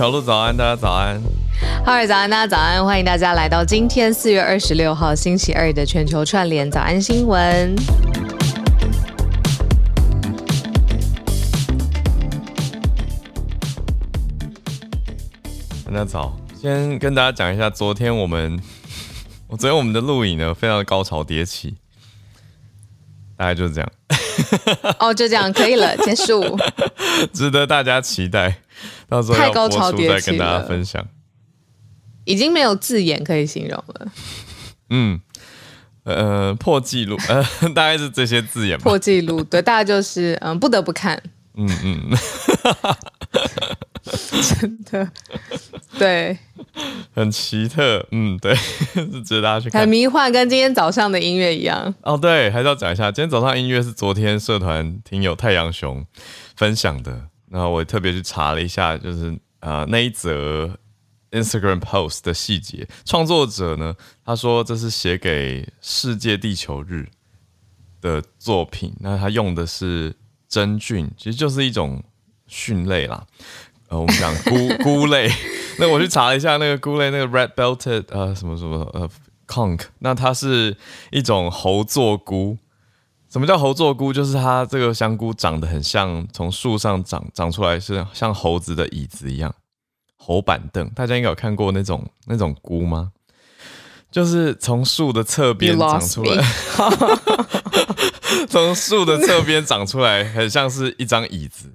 小鹿早安，大家早安。 哈早安，大家早安，欢迎大家来到今天4月26号星期二的全球串联早安新闻。 大家早，先跟大家讲一下，昨天我们的录影呢，非常的高潮迭起，大概就是这样。 哦，就这样可以了，结束。 值得大家期待，到时候要播出再跟大家分享。 已经没有字眼可以形容了。破纪录，大概是这些字眼吧。 破纪录，对，大家就是不得不看。真的，对， 很奇特，对，是值得大家去看， 很迷幻，跟今天早上的音乐一样。 哦，对，还是要讲一下，今天早上音乐是昨天社团听友太阳熊分享的，然后我特别去查了一下，就是那一则 Instagram post 的细节。创作者呢，他说这是写给世界地球日的作品，那他用的是真菌，其实就是一种菌类啦。我们讲菇类，那我去查了一下，那个菇类，那个 red belted 什么conch， 那它是一种猴座菇。什么叫猴座菇？就是它这个香菇长得很像从树上长出来，是像猴子的椅子一样，猴板凳。大家应该有看过那种菇吗？就是从树的侧边长出来，从树的侧边长出来，很像是一张椅子。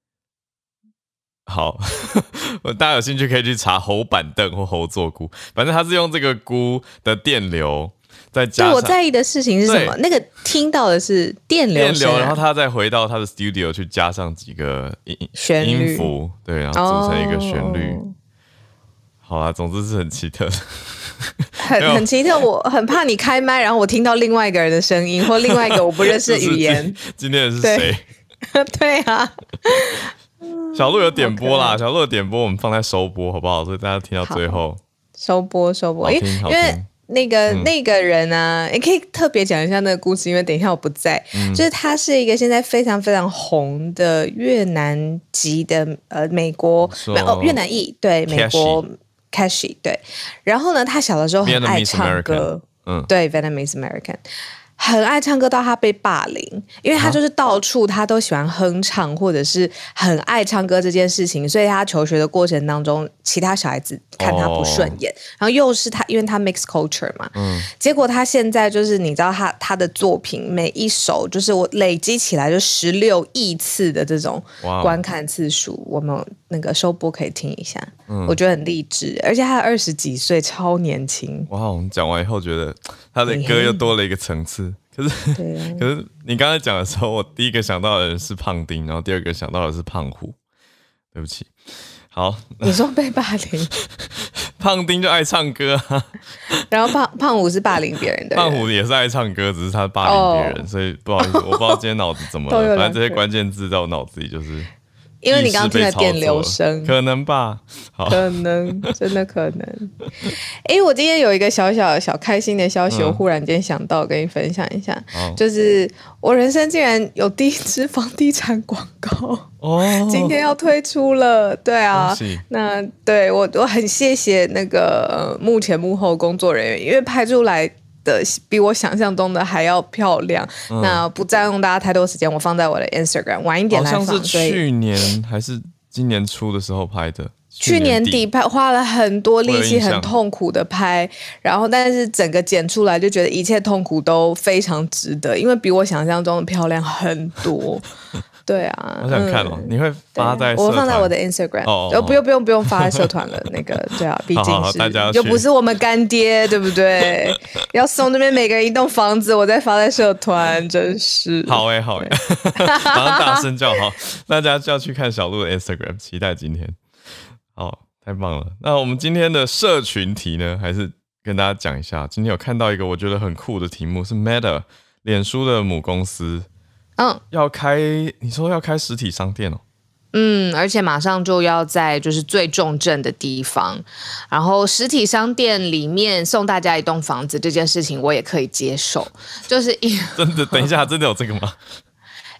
好，大家有兴趣可以去查猴板凳或猴座菇，反正它是用这个菇的电流再加上。 对，我在意的事情是什么？那个听到的是电流， 然后它再回到它的 studio 去加上几个音符，对，然后组成一个旋律。好啊，总之是很奇特的。 很奇特，我很怕你开麦，然后我听到另外一个人的声音或另外一个我不认识的语言。 今天的是谁？ 对啊。 小鹿有点播啦，小鹿有点播，我们放在收播好不好？所以大家听到最后， 收播，因为那个人啊，也可以特别讲一下那个故事，因为等一下我不在。就是他是一个现在非常非常红的越南籍的美国越南裔，对，美国 Kashi 对。然后呢，他小的时候很爱唱歌，对 Vietnamese American。很爱唱歌到他被霸凌，因为他就是到处他都喜欢哼唱，或者是很爱唱歌这件事情，所以他求学的过程当中，其他小孩子看他不顺眼，然后又是他，因为他 mixed culture 嘛，结果他现在就是你知道他的作品每一首就是我累积起来就16亿次的这种观看次数，我们那个收播可以听一下，我觉得很励志，而且他20几岁，超年轻。 哇，我们讲完以后觉得他的歌又多了一个层次。可是你刚才讲的时候，我第一个想到的人是胖丁，然后第二个想到的是胖虎。对不起，好， 你说被霸凌， 胖丁就爱唱歌啊， 然后胖虎是霸凌别人的人， 胖虎也是爱唱歌，只是他霸凌别人，所以不好意思，我不知道今天脑子怎么了，反正这些关键字在我脑子里就是。 因为你刚刚听了电流声， 可能吧，好， 可能真的可能。我今天有一个小开心的消息，我忽然间想到跟你分享一下，就是我人生竟然有第一支房地产广告今天要推出了，对啊，那对我很谢谢那个幕前幕后工作人员，因为拍出来的比我想象中的还要漂亮。那不占用大家太多时间，我放在我的 Instagram， 晚一点来放。 好像是去年还是今年初的时候拍的。 去年底拍，花了很多力气，很痛苦的拍，然后但是整个剪出来就觉得一切痛苦都非常值得，因为比我想象中的漂亮很多。对啊， 我想看你会发在社团？ 我放在我的 Instagram， 不用发在社团了。那个对啊，毕竟是又不是我们干爹，对不对？要送这边每个人一栋房子，我再发在社团，真是好好马上大声叫好，大家就要去看小鹿的 Instagram， 期待今天。好，太棒了。那我们今天的社群题呢，还是跟大家讲一下。今天有看到一个我觉得很酷的题目，是 Meta 脸书的母公司。你说要开实体商店哦？ 而且马上就要在就是最重症的地方，然后实体商店里面送大家一栋房子这件事情我也可以接受，就是真的，等一下，真的有这个吗？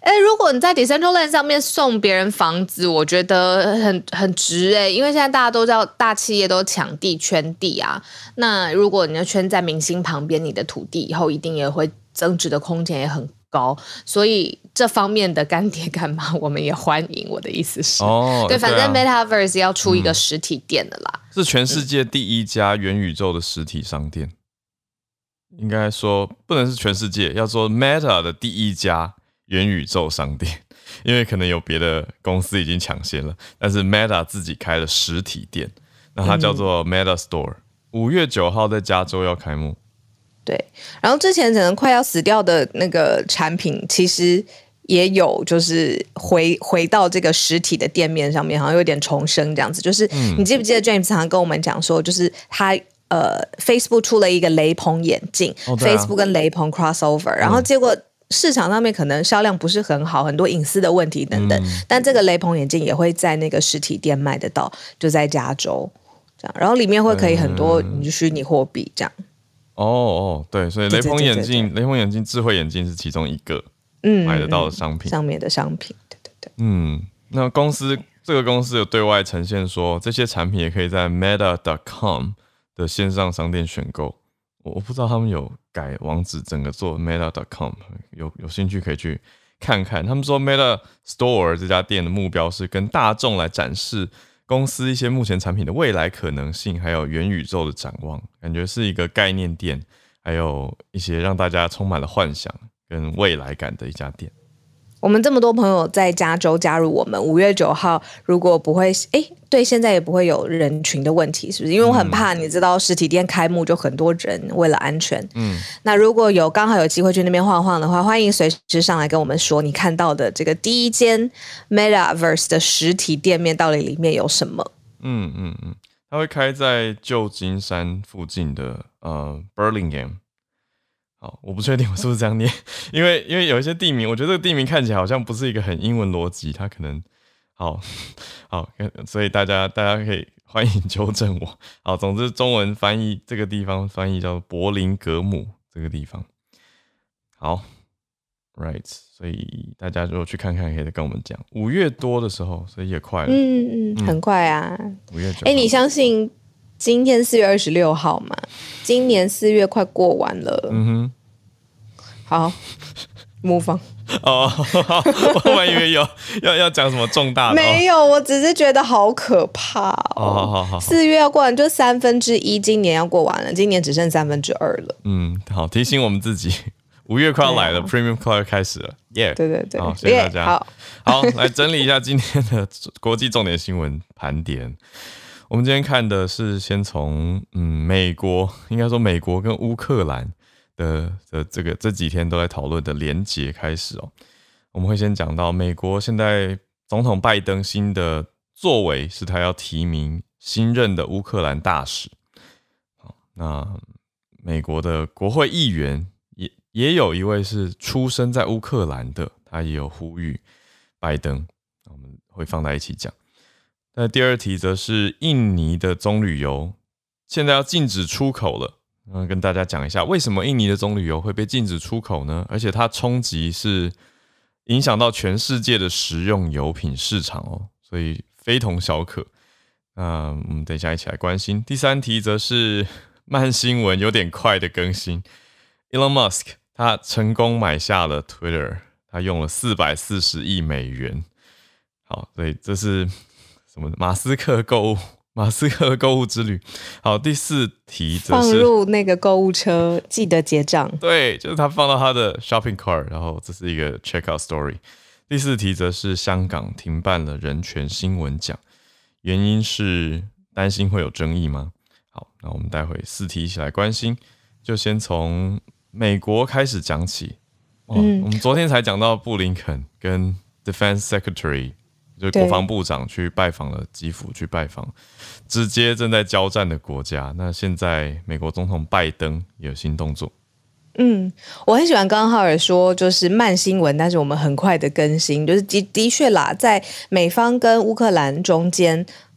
如果你在 Decentraland 上面送别人房子，我觉得很值因为现在大家都知道大企业都抢地圈地啊。那如果你要圈在明星旁边，你的土地以后一定也会增值的空间也很高，所以这方面的干爹干妈我们也欢迎。我的意思是，对，反正 Metaverse 要出一个实体店的啦， 是全世界第一家元宇宙的实体商店。应该说不能是全世界，要说 Meta 的第一家元宇宙商店，因为可能有别的公司已经抢先了，但是 Meta 自己开了实体店，那它叫做 Meta Store， 5月9号在加州要开幕。 对，然后之前可能快要死掉的那个产品，其实也有就是回到这个实体的店面上面，好像有点重生这样子。就是你记不记得 James 常常跟我们讲说，就是他Facebook 出了一个雷朋眼镜，Facebook 跟雷朋 crossover， 然后结果市场上面可能销量不是很好，很多隐私的问题等等，但这个雷朋眼镜也会在那个实体店卖得到，就在加州这样，然后里面会可以很多虚拟货币这样。 对，所以雷朋眼镜智慧眼镜是其中一个买得到的商品， 上面的商品，对。 那这个公司有对外呈现说，这些产品也可以在 Meta.com 的线上商店选购。我不知道他们有改网址，整个做 Meta.com， 有兴趣可以去看看。他们说 Meta Store 这家店的目标是跟大众来展示公司一些目前产品的未来可能性，还有元宇宙的展望，感觉是一个概念店，还有一些让大家充满了幻想跟未来感的一家店。 我们这么多朋友在加州加入我们，5月9号如果不会，对，现在也不会有人群的问题，是不是？因为我很怕，你知道实体店开幕就很多人，为了安全。那如果刚好有机会去那边晃晃的话，欢迎随时上来跟我们说你看到的这个第一间 Metaverse 的实体店面到底里面有什么。 它会开在旧金山附近的Burlingame。好，我不确定我是不是这样念，因为有一些地名，我觉得这个地名看起来好像不是一个很英文逻辑，它可能好，所以大家可以欢迎纠正我。好，总之中文翻译这个地方翻译叫柏林格姆这个地方。好 ，right， 所以大家如果去看看，可以再跟我们讲。5月多的时候，所以也快了。 很快啊。 5月9号。 你相信今天4月26号嘛？今年4月快过完了。好，move on。 我本来以为要讲什么重大的， 没有，我只是觉得好可怕哦。好，4月要过完就1/3，今年要过完了，今年只剩2/3了。 好，提醒我们自己，5月快要来了，Premium Club 开始了，耶！ 对， 好，谢谢大家。好，来整理一下今天的国际重点新闻盘点。我们今天看的是先从美国，应该说美国跟乌克兰的这几天都在讨论的连结开始哦。我们会先讲到美国现在总统拜登新的作为是他要提名新任的乌克兰大使。好，那美国的国会议员也有一位是出生在乌克兰的，他也有呼吁拜登，我们会放在一起讲。那第二题则是印尼的棕榈油现在要禁止出口了，跟大家讲一下为什么印尼的棕榈油会被禁止出口呢？而且它冲击是影响到全世界的食用油品市场哦，所以非同小可。我们等一下一起来关心。第三题则是慢新闻有点快的更新 ，Elon Musk 他成功买下了 Twitter， 他用了440亿美元。好，所以这是什么？马斯克购物之旅。好，第四题则是放入那个购物车，记得结账。 对，就是他放到他的 shopping cart， 然后这是一个 checkout story。第四题则是香港停办了人权新闻奖，原因是担心会有争议吗？好，那我们待会4题一起来关心，就先从美国开始讲起。我们昨天才讲到布林肯跟 Defense Secretary。就是国防部长去拜访了基辅，去拜访直接正在交战的国家。那现在美国总统拜登也有新动作。 我很喜欢刚刚浩尔说就是慢新闻，但是我们很快的更新，就是的确啦，在美方跟乌克兰中间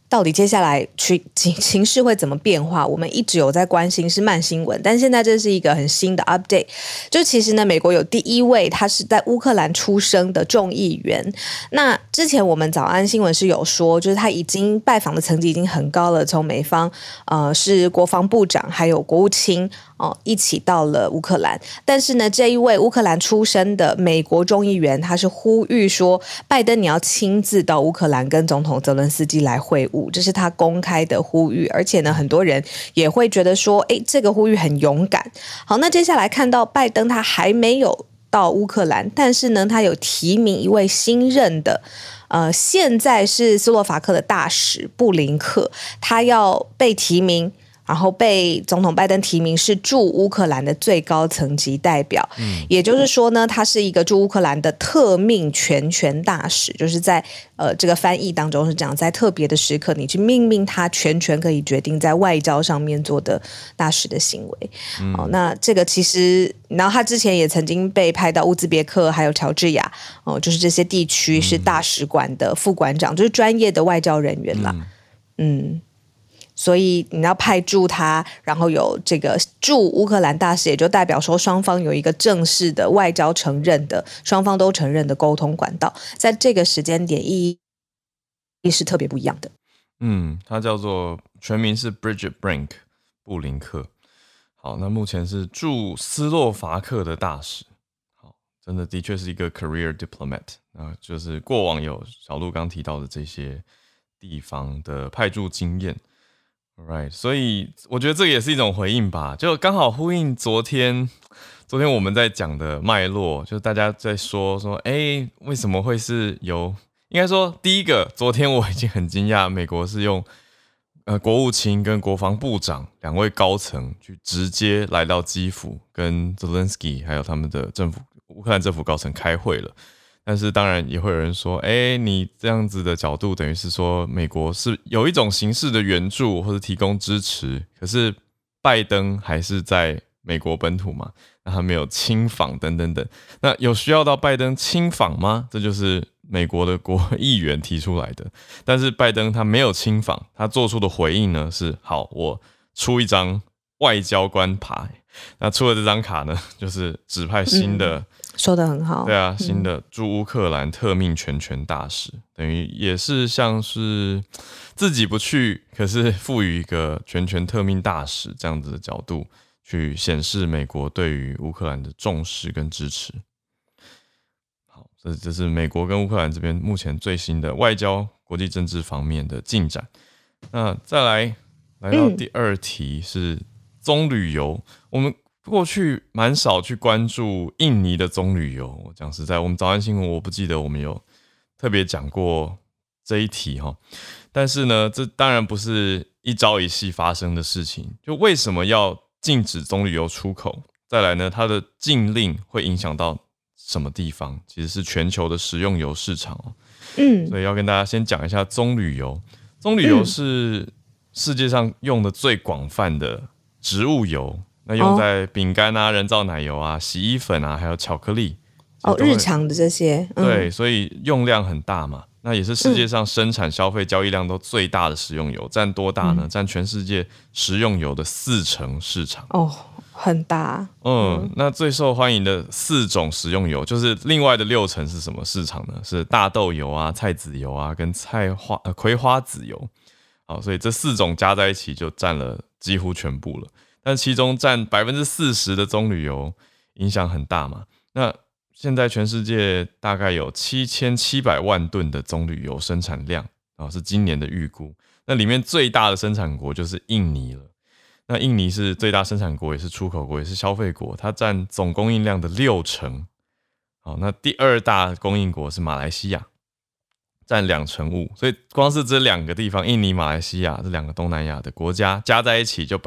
到底接下来情势会怎么变化？我们一直有在关心是慢新闻，但现在这是一个很新的 update。就其实呢，美国有第一位他是在乌克兰出生的众议员。那之前我们早安新闻是有说，就是他已经拜访的层级已经很高了，从美方是国防部长还有国务卿一起到了乌克兰。但是呢，这一位乌克兰出生的美国众议员，他是呼吁说，拜登你要亲自到乌克兰跟总统泽伦斯基来会晤。这是他公开的呼吁，而且呢，很多人也会觉得说，这个呼吁很勇敢。好，那接下来看到拜登他还没有到乌克兰，但是呢，他有提名一位新任的，现在是斯洛伐克的大使布林克，他要被提名。然后被总统拜登提名是驻乌克兰的最高层级代表，也就是说呢，他是一个驻乌克兰的特命全权大使，就是在这个翻译当中是讲，在特别的时刻，你去命令他全权可以决定在外交上面做的大使的行为。那这个其实，然后他之前也曾经被派到乌兹别克还有乔治亚，就是这些地区是大使馆的副馆长，就是专业的外交人员啦。所以你要派驻他，然后有这个驻乌克兰大使，也就代表说双方有一个正式的外交承认的，双方都承认的沟通管道，在这个时间点意义是特别不一样的。 他叫做全名是 Bridget Brink 布林克。好，那目前是驻斯洛伐克的大使。好，真的的确是一个 career diplomat， 就是过往有小鹿刚提到的这些地方的派驻经验。Right， 所以我觉得这个也是一种回应吧，就刚好呼应昨天我们在讲的脉络，就大家在说，为什么会是由，应该说第一个，昨天我已经很惊讶，美国是用国务卿跟国防部长两位高层去直接来到基辅，跟 Zelensky 还有他们的乌克兰政府高层开会了。但是当然也会有人说，你这样子的角度等于是说美国是有一种形式的援助或者提供支持，可是拜登还是在美国本土嘛，那他没有亲访等等等，那有需要到拜登亲访吗？这就是美国的国议员提出来的。但是拜登他没有亲访，他做出的回应呢是，好，我出一张外交官牌。那出了这张卡呢，就是指派新的， 说得很好， 对啊，新的驻乌克兰特命全权大使，等于也是像是自己不去，可是赋予一个全权特命大使这样子的角度，去显示美国对于乌克兰的重视跟支持。好，这是美国跟乌克兰这边目前最新的外交国际政治方面的进展。那再来到第二题是棕榈油，我们过去蛮少去关注印尼的棕榈油。我讲实在，我们早安新闻我不记得我们有特别讲过这一题哈。但是呢，这当然不是一朝一夕发生的事情。就为什么要禁止棕榈油出口？再来呢，它的禁令会影响到什么地方？其实是全球的食用油市场哦。所以要跟大家先讲一下棕榈油。棕榈油是世界上用的最广泛的植物油，那用在饼干啊、人造奶油啊、洗衣粉啊，还有巧克力日常的这些， 对，所以用量很大嘛。那也是世界上生产、消费、交易量都最大的食用油，占多大呢？占全世界食用油的40%市场很大。 那最受欢迎的4种食用油，就是另外的60%是什么市场呢？是大豆油啊、菜籽油啊，跟葵花籽油。好，所以这4种加在一起就占了几乎全部了。但其中占40%的棕榈油影响很大嘛。那现在全世界大概有7700万吨的棕榈油生产量，是今年的预估。那里面最大的生产国就是印尼了。那印尼是最大生产国，也是出口国，也是消费国，它占总供应量的60%。好，那第2大供应国是马来西亚，占2%，所以光是这2个地方，印尼、马来西亚这2个东南亚的国家加在一起，就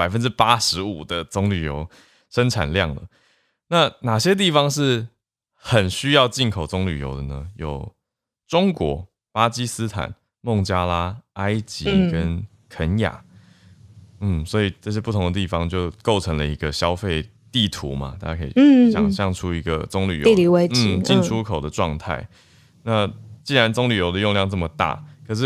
85%的棕榈油生产量了。那哪些地方是很需要进口棕榈油的呢？有中国、巴基斯坦、孟加拉、埃及跟肯亚。所以这些不同的地方就构成了一个消费地图嘛，大家可以想象出一个棕榈油地理位置进出口的状态。那既然棕榈油的用量这么大，可是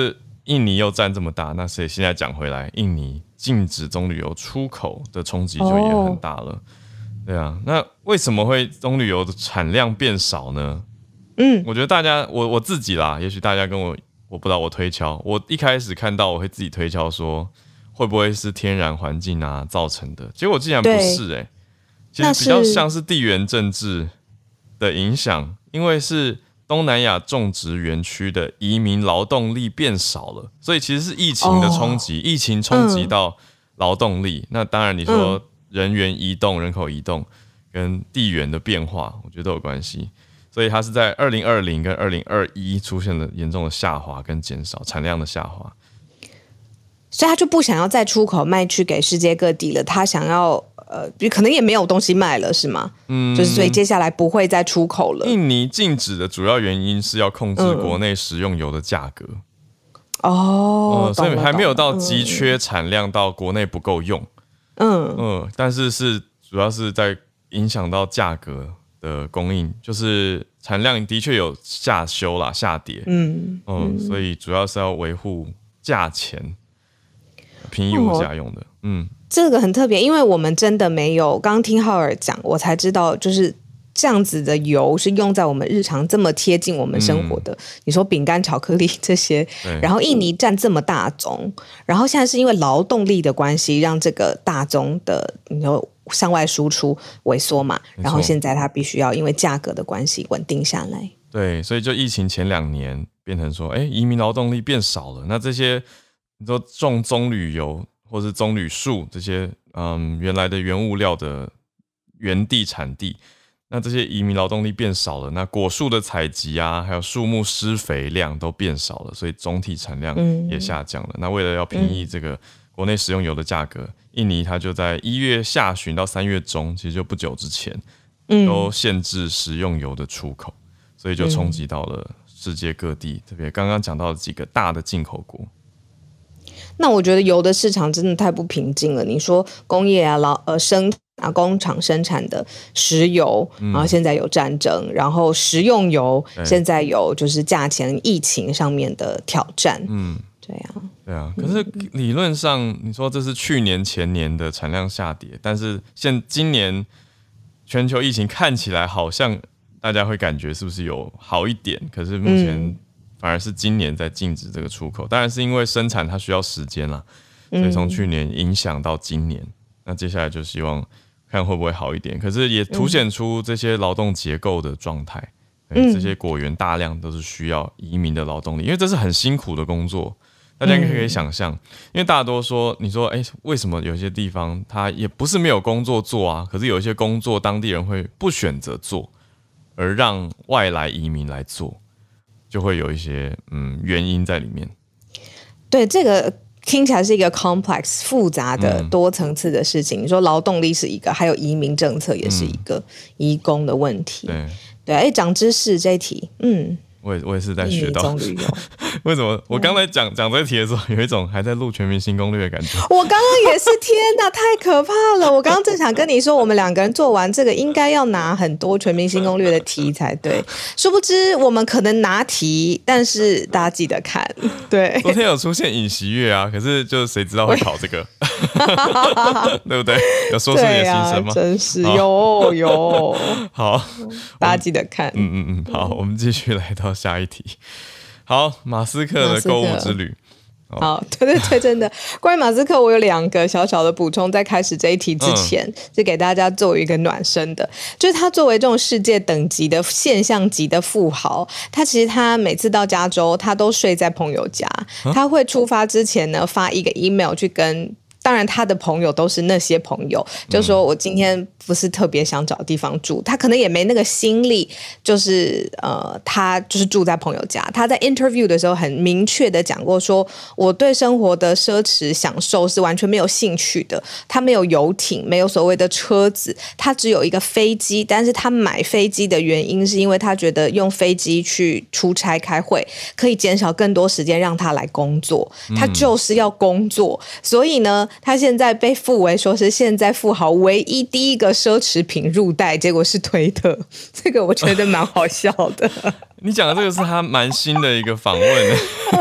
印尼又占这么大，那所以现在讲回来，印尼禁止棕榈油出口的冲击就也很大了。对啊，那为什么会棕榈油的产量变少呢？我觉得大家我自己啦，也许大家跟我不知道，我推敲，我一开始看到我会自己推敲说，会不会是天然环境啊造成的？结果竟然不是其实比较像是地缘政治的影响，因为是东南亚种植园区的移民劳动力变少了，所以其实是疫情的冲击，疫情冲击到劳动力。那当然你说人员移动、人口移动跟地缘的变化，我觉得都有关系。所以它是在2020跟2021出现了严重的下滑跟减少产量的下滑， 所以他就不想要再出口卖去给世界各地了，他想要可能也没有东西卖了，是吗？就是所以接下来不会再出口了。 印尼禁止的主要原因是要控制国内食用油的价格。所以还没有到急缺产量到国内不够用。但是主要是在影响到价格的供应，就是产量的确有下修啦，下跌。所以主要是要维护价钱，平抑物价用的。 这个很特别，因为我们真的没有，刚听浩尔讲，我才知道，就是这样子的油是用在我们日常这么贴近我们生活的。你说饼干、巧克力这些，然后印尼占这么大宗，然后现在是因为劳动力的关系，让这个大宗的你说向外输出萎缩嘛，然后现在它必须要因为价格的关系稳定下来。 对，所以就疫情前2年变成说，移民劳动力变少了，那这些你说种棕榈油或是棕榈树这些原来的原物料的原地产地，那这些移民劳动力变少了，那果树的采集啊，还有树木施肥量都变少了，所以总体产量也下降了。那为了要平抑这个国内食用油的价格，印尼它就在1月下旬到3月中，其实就不久之前，都限制食用油的出口，所以就冲击到了世界各地，特别刚刚讲到的几个大的进口国。 那我觉得油的市场真的太不平静了。你说工业啊、工厂生产的石油，然后现在有战争，然后食用油现在有就是价钱、疫情上面的挑战。对啊。 可是理论上，你说这是去年前年的产量下跌，但是今年全球疫情看起来好像大家会感觉是不是有好一点？可是目前反而是今年在禁止这个出口，当然是因为生产它需要时间啦，所以从去年影响到今年，那接下来就希望看会不会好一点。可是也凸显出这些劳动结构的状态，这些果园大量都是需要移民的劳动力，因为这是很辛苦的工作。大家应该可以想象，因为大多说你说，为什么有些地方它也不是没有工作做啊？可是有一些工作当地人会不选择做，而让外来移民来做。就会有一些原因在里面。 对，这个听起来是一个 complex 复杂的多层次的事情。你说劳动力是一个，还有移民政策也是一个，移工的问题。对，长知识这一题， 我也是在学到。为什么我刚才讲这题的时候，有一种还在录全民新攻略的感觉？ 我刚刚也是，天哪，太可怕了！我刚刚正想跟你说，我们2个人做完这个，应该要拿很多全民新攻略的题才对。殊不知，我们可能拿题，但是大家记得看。对， 昨天有出现尹锡悦啊，可是就谁知道会考这个，对不对？有说出你的心声吗？ 真是有。好，大家记得看。 好，我们继续来到下一题。好，马斯克的购物之旅。 好，对，真的。关于马斯克，我有2个小小的补充，在开始这一题之前，是给大家作为一个暖身的。就是他作为这种世界等级的现象级的富豪，他每次到加州，他都睡在朋友家。他会出发之前呢，发一个 email 去跟。当然他的朋友都是那些朋友，就说我今天不是特别想找地方住，他可能也没那个心力，就是他就是住在朋友家。他在 interview 的时候很明确的讲过说，我对生活的奢侈享受是完全没有兴趣的。他没有游艇，没有所谓的车子，他只有一个飞机，但是他买飞机的原因是因为他觉得用飞机去出差开会可以减少更多时间让他来工作，他就是要工作。所以呢，他现在被附为说是现在富豪唯一第一个奢侈品入袋，结果是推特，这个我觉得蛮好笑的。 你讲的这个是他蛮新的一个访问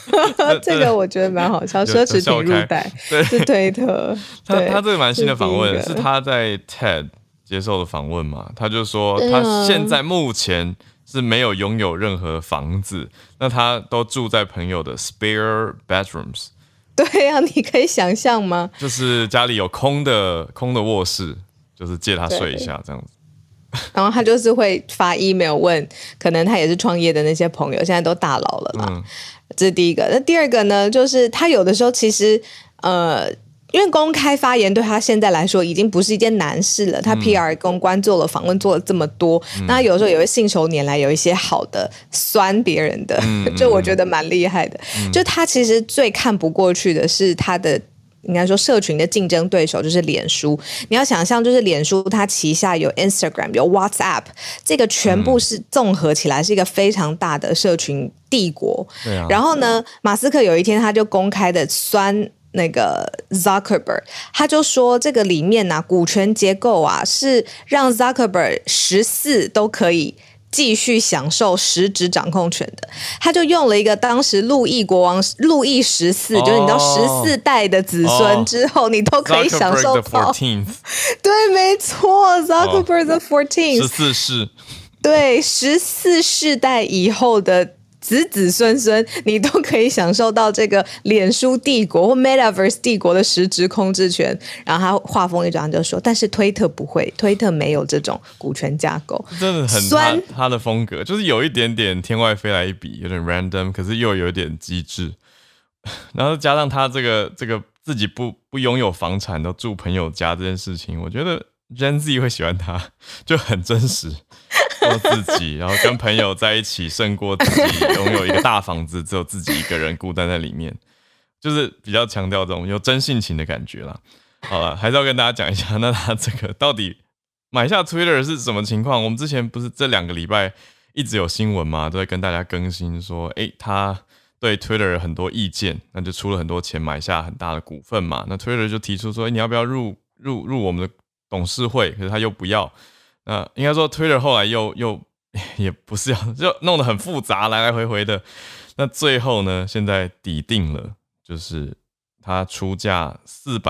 这个我觉得蛮好笑，奢侈品入袋是推特。 他这个蛮新的访问，是他在 TED 接受的访问嘛？他就说他现在目前是没有拥有任何房子，那他都住在朋友的 spare bedrooms。 对啊，你可以想象吗？ 就是家里有空的卧室，就是借他睡一下这样子。 然后他就是会发 email 问，可能他也是创业的那些朋友，现在都大佬了啦。这是第一个。那第二个呢，就是他有的时候其实因为公开发言对他现在来说已经不是一件难事了，他 PR 公关做了访问做了这么多，那他有的时候也会信手拈来有一些好的酸别人的，就我觉得蛮厉害的。就他其实最看不过去的是他的应该说社群的竞争对手就是脸书。你要想象就是脸书它旗下有 Instagram 有 WhatsApp， 这个全部是综合起来是一个非常大的社群帝国。然后呢，马斯克有一天他就公开的酸那个 Zuckerberg， 他就说这个里面啊股权结构啊是让 Zuckerberg 14都可以继续享受实质掌控权的。他就用了一个当时路易国王路易14，就是你到14代的子孙之后，你都可以享受到。对，没错 ，Zuckerberg the 14th， 14世， 对，14世代以后的子子孙孙，你都可以享受到这个脸书帝国或 Metaverse 帝国的实质控制权。然后他话锋一转就说，但是推特不会，推特没有这种股权架构， 真的很他的风格，就是有一点点天外飞来一笔，有点 random， 可是又有点机智。然后加上他这个自己不拥有房产，都住朋友家这件事情，我觉得 Gen Z 会喜欢他，就很真实。做自己，然后跟朋友在一起，胜过自己拥有一个大房子，只有自己一个人孤单在里面，就是比较强调这种有真性情的感觉啦。好了，还是要跟大家讲一下，那他这个到底买下 Twitter 是什么情况？我们之前不是这2个礼拜一直有新闻嘛，都在跟大家更新说，他对 Twitter 有很多意见，那就出了很多钱买下很大的股份嘛。那 Twitter 就提出说，你要不要入我们的董事会？可是他又不要。应该说 Twitter 后来又也不是就弄得很复杂，来来回回的。那最后呢，现在底定了，就是他出价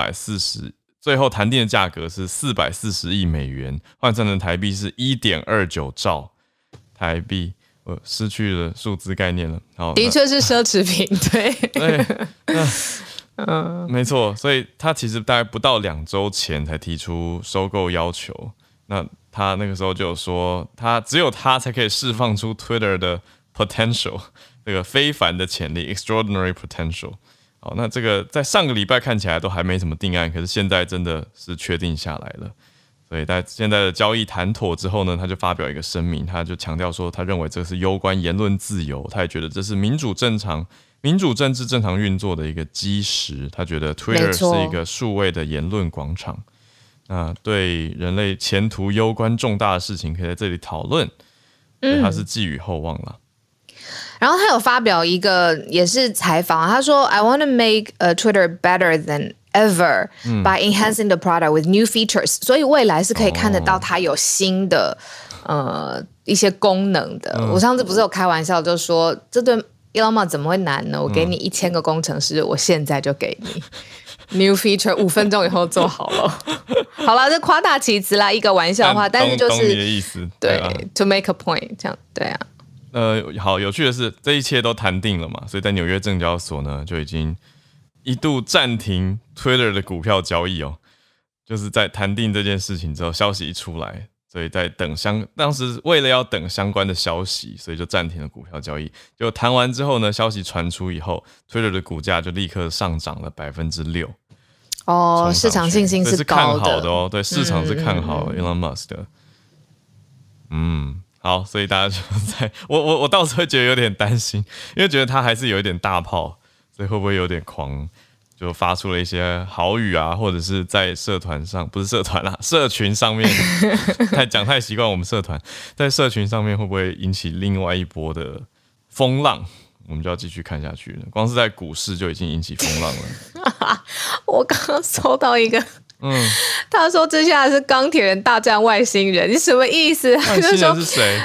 440，最后谈定的价格是440亿美元，换算成台币是 1.29 兆台币。我失去了数字概念了。好， 的确是奢侈品，对。 没错，所以他其实大概不到2周前才提出收购要求。那他那个时候就有说，只有他才可以释放出 Twitter 的 potential， 这个非凡的潜力 extraordinary potential。好，那这个在上个礼拜看起来都还没什么定案，可是现在真的是确定下来了。所以在现在的交易谈妥之后呢，他就发表一个声明，他就强调说，他认为这是攸关言论自由，他也觉得这是民主政治正常运作的一个基石。他觉得 Twitter 是一个数位的言论广场。对人类前途攸关重大的事情可以在这里讨论，所以他是寄予厚望啦。 然后他有发表一个也是采访，他说 I want to make Twitter better than ever by enhancing the product with new features， 所以未来是可以看得到它有新的一些功能的。我上次不是有开玩笑就说，这对 Elon Musk 怎么会难呢？我给你1000个工程师，我现在就给你New feature 5分钟以后做好了。好了，这夸大其词啦，一个玩笑话，但是就是懂你的意思， 对 ，to make a point 这样，对啊。 好，有趣的是，这一切都谈定了嘛，所以在纽约证交所呢，就已经一度暂停 Twitter 的股票交易哦，就是在谈定这件事情之后，消息一出来，所以在等当时为了要等相关的消息，所以就暂停了股票交易。就谈完之后呢，消息传出以后 ，Twitter 的股价就立刻上涨了6%。 哦，市场信心是高的， 看好的哦，对，市场是看好 Elon Musk 的。好，所以大家就在我倒是会觉得有点担心，因为觉得他还是有一点大炮，所以会不会有点狂，就发出了一些豪语啊，或者是在社团上，不是社团啦，社群上面太习惯我们社团，在社群上面会不会引起另外一波的风浪？我们就要继续看下去了。光是在股市就已经引起风浪了。 我刚刚收到一个。他说接下来是钢铁人大战外星人，你什么意思？ 外星人是谁？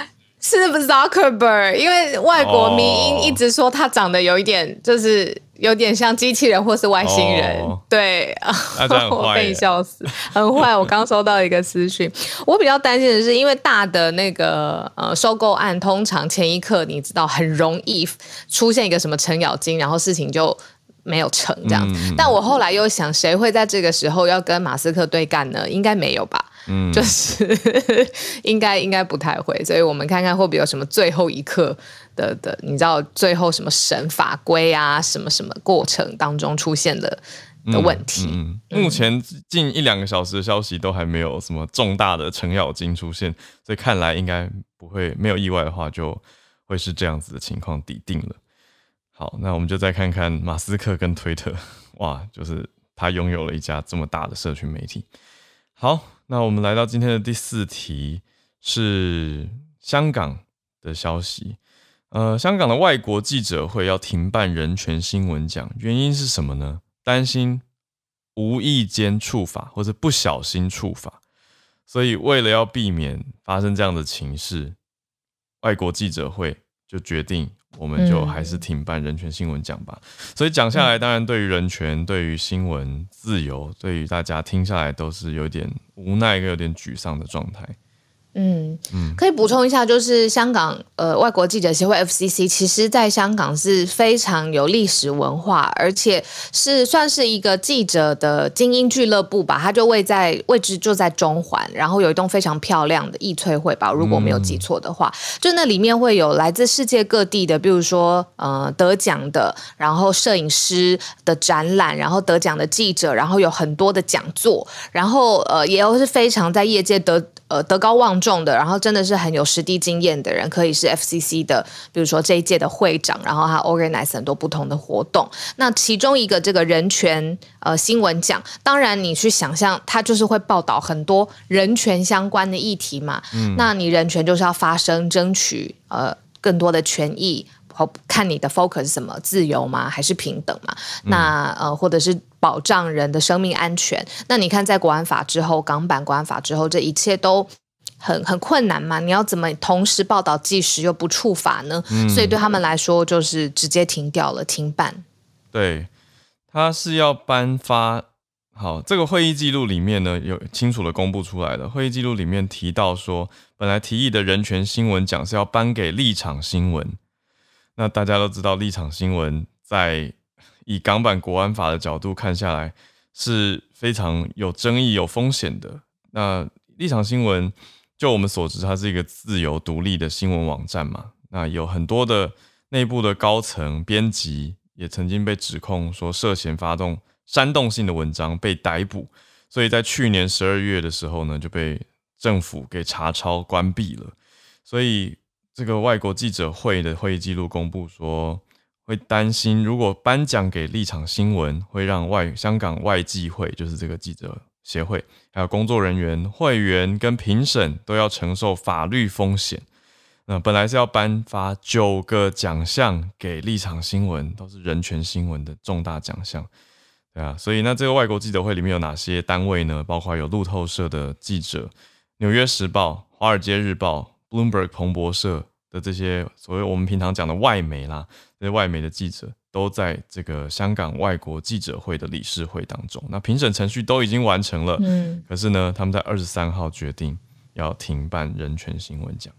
是 Zuckerberg， 因为外国民音一直说他长得有一点，就是有点像机器人或是外星人。对，我被你笑死，很坏。我刚收到一个私讯，我比较担心的是，因为大的那个收购案，通常前一刻你知道很容易出现一个什么程咬金，然后事情就没有成这样。但我后来又想，谁会在这个时候要跟马斯克对干呢？应该没有吧。就是应该不太会，所以我们看看会不会有什么最后一刻的你知道最后什么审法规啊，什么什么过程当中出现的问题。 目前近1-2个小时的消息都还没有什么重大的程咬金出现，所以看来应该不会，没有意外的话就会是这样子的情况底定了。好，那我们就再看看马斯克跟推特，哇，就是他拥有了一家这么大的社群媒体。好，那我们来到今天的第4题，是香港的消息。香港的外国记者会要停办人权新闻奖，原因是什么呢？担心无意间触法或者不小心触法，所以为了要避免发生这样的情势，外国记者会就决定我们就还是停办人权新闻奖吧。所以讲下来，当然对于人权、对于新闻自由，对于大家听下来都是有点无奈跟有点沮丧的状态。 可以补充一下，就是香港外国记者协会 FCC， 其实在香港是非常有历史文化，而且是算是一个记者的精英俱乐部吧。它就位置就在中环，然后有一栋非常漂亮的易萃会吧，如果没有记错的话，就那里面会有来自世界各地的，比如说得奖的，然后摄影师的展览，然后得奖的记者，然后有很多的讲座，然后也都是非常在业界德高望重的，然后真的是很有实地经验的人，可以是 FCC 的，比如说这一届的会长，然后他 organize 很多不同的活动。那其中一个这个人权新闻奖，当然你去想象，他就是会报道很多人权相关的议题嘛。那你人权就是要发声，争取更多的权益。看你的 focus 是什么，自由吗？还是平等嘛？那或者是保障人的生命安全？那你看，在国安法之后，港版国安法之后，这一切都很困难嘛？你要怎么同时报道纪实又不触法呢？所以对他们来说，就是直接停掉了，停办。 对，他是要颁发。好，这个会议记录里面呢，有清楚的公布出来了。会议记录里面提到说，本来提议的人权新闻奖是要颁给立场新闻。那大家都知道，立场新闻在以港版国安法的角度看下来是非常有争议、有风险的。那立场新闻，就我们所知，它是一个自由独立的新闻网站嘛。那有很多的内部的高层编辑也曾经被指控说涉嫌发动煽动性的文章被逮捕，所以在去年12月的时候呢，就被政府给查抄关闭了。所以这个外国记者会的会议记录公布说，会担心如果颁奖给立场新闻，会让香港外记会，就是这个记者协会，还有工作人员、会员跟评审都要承受法律风险。那本来是要颁发9个奖项给立场新闻，都是人权新闻的重大奖项。对啊，所以那这个外国记者会里面有哪些单位呢？包括有路透社的记者、纽约时报、华尔街日报、Bloomberg 彭博社的这些所谓我们平常讲的外媒啦，这些外媒的记者都在这个香港外国记者会的理事会当中。那评审程序都已经完成了，可是呢，他们在23号决定要停办人权新闻奖。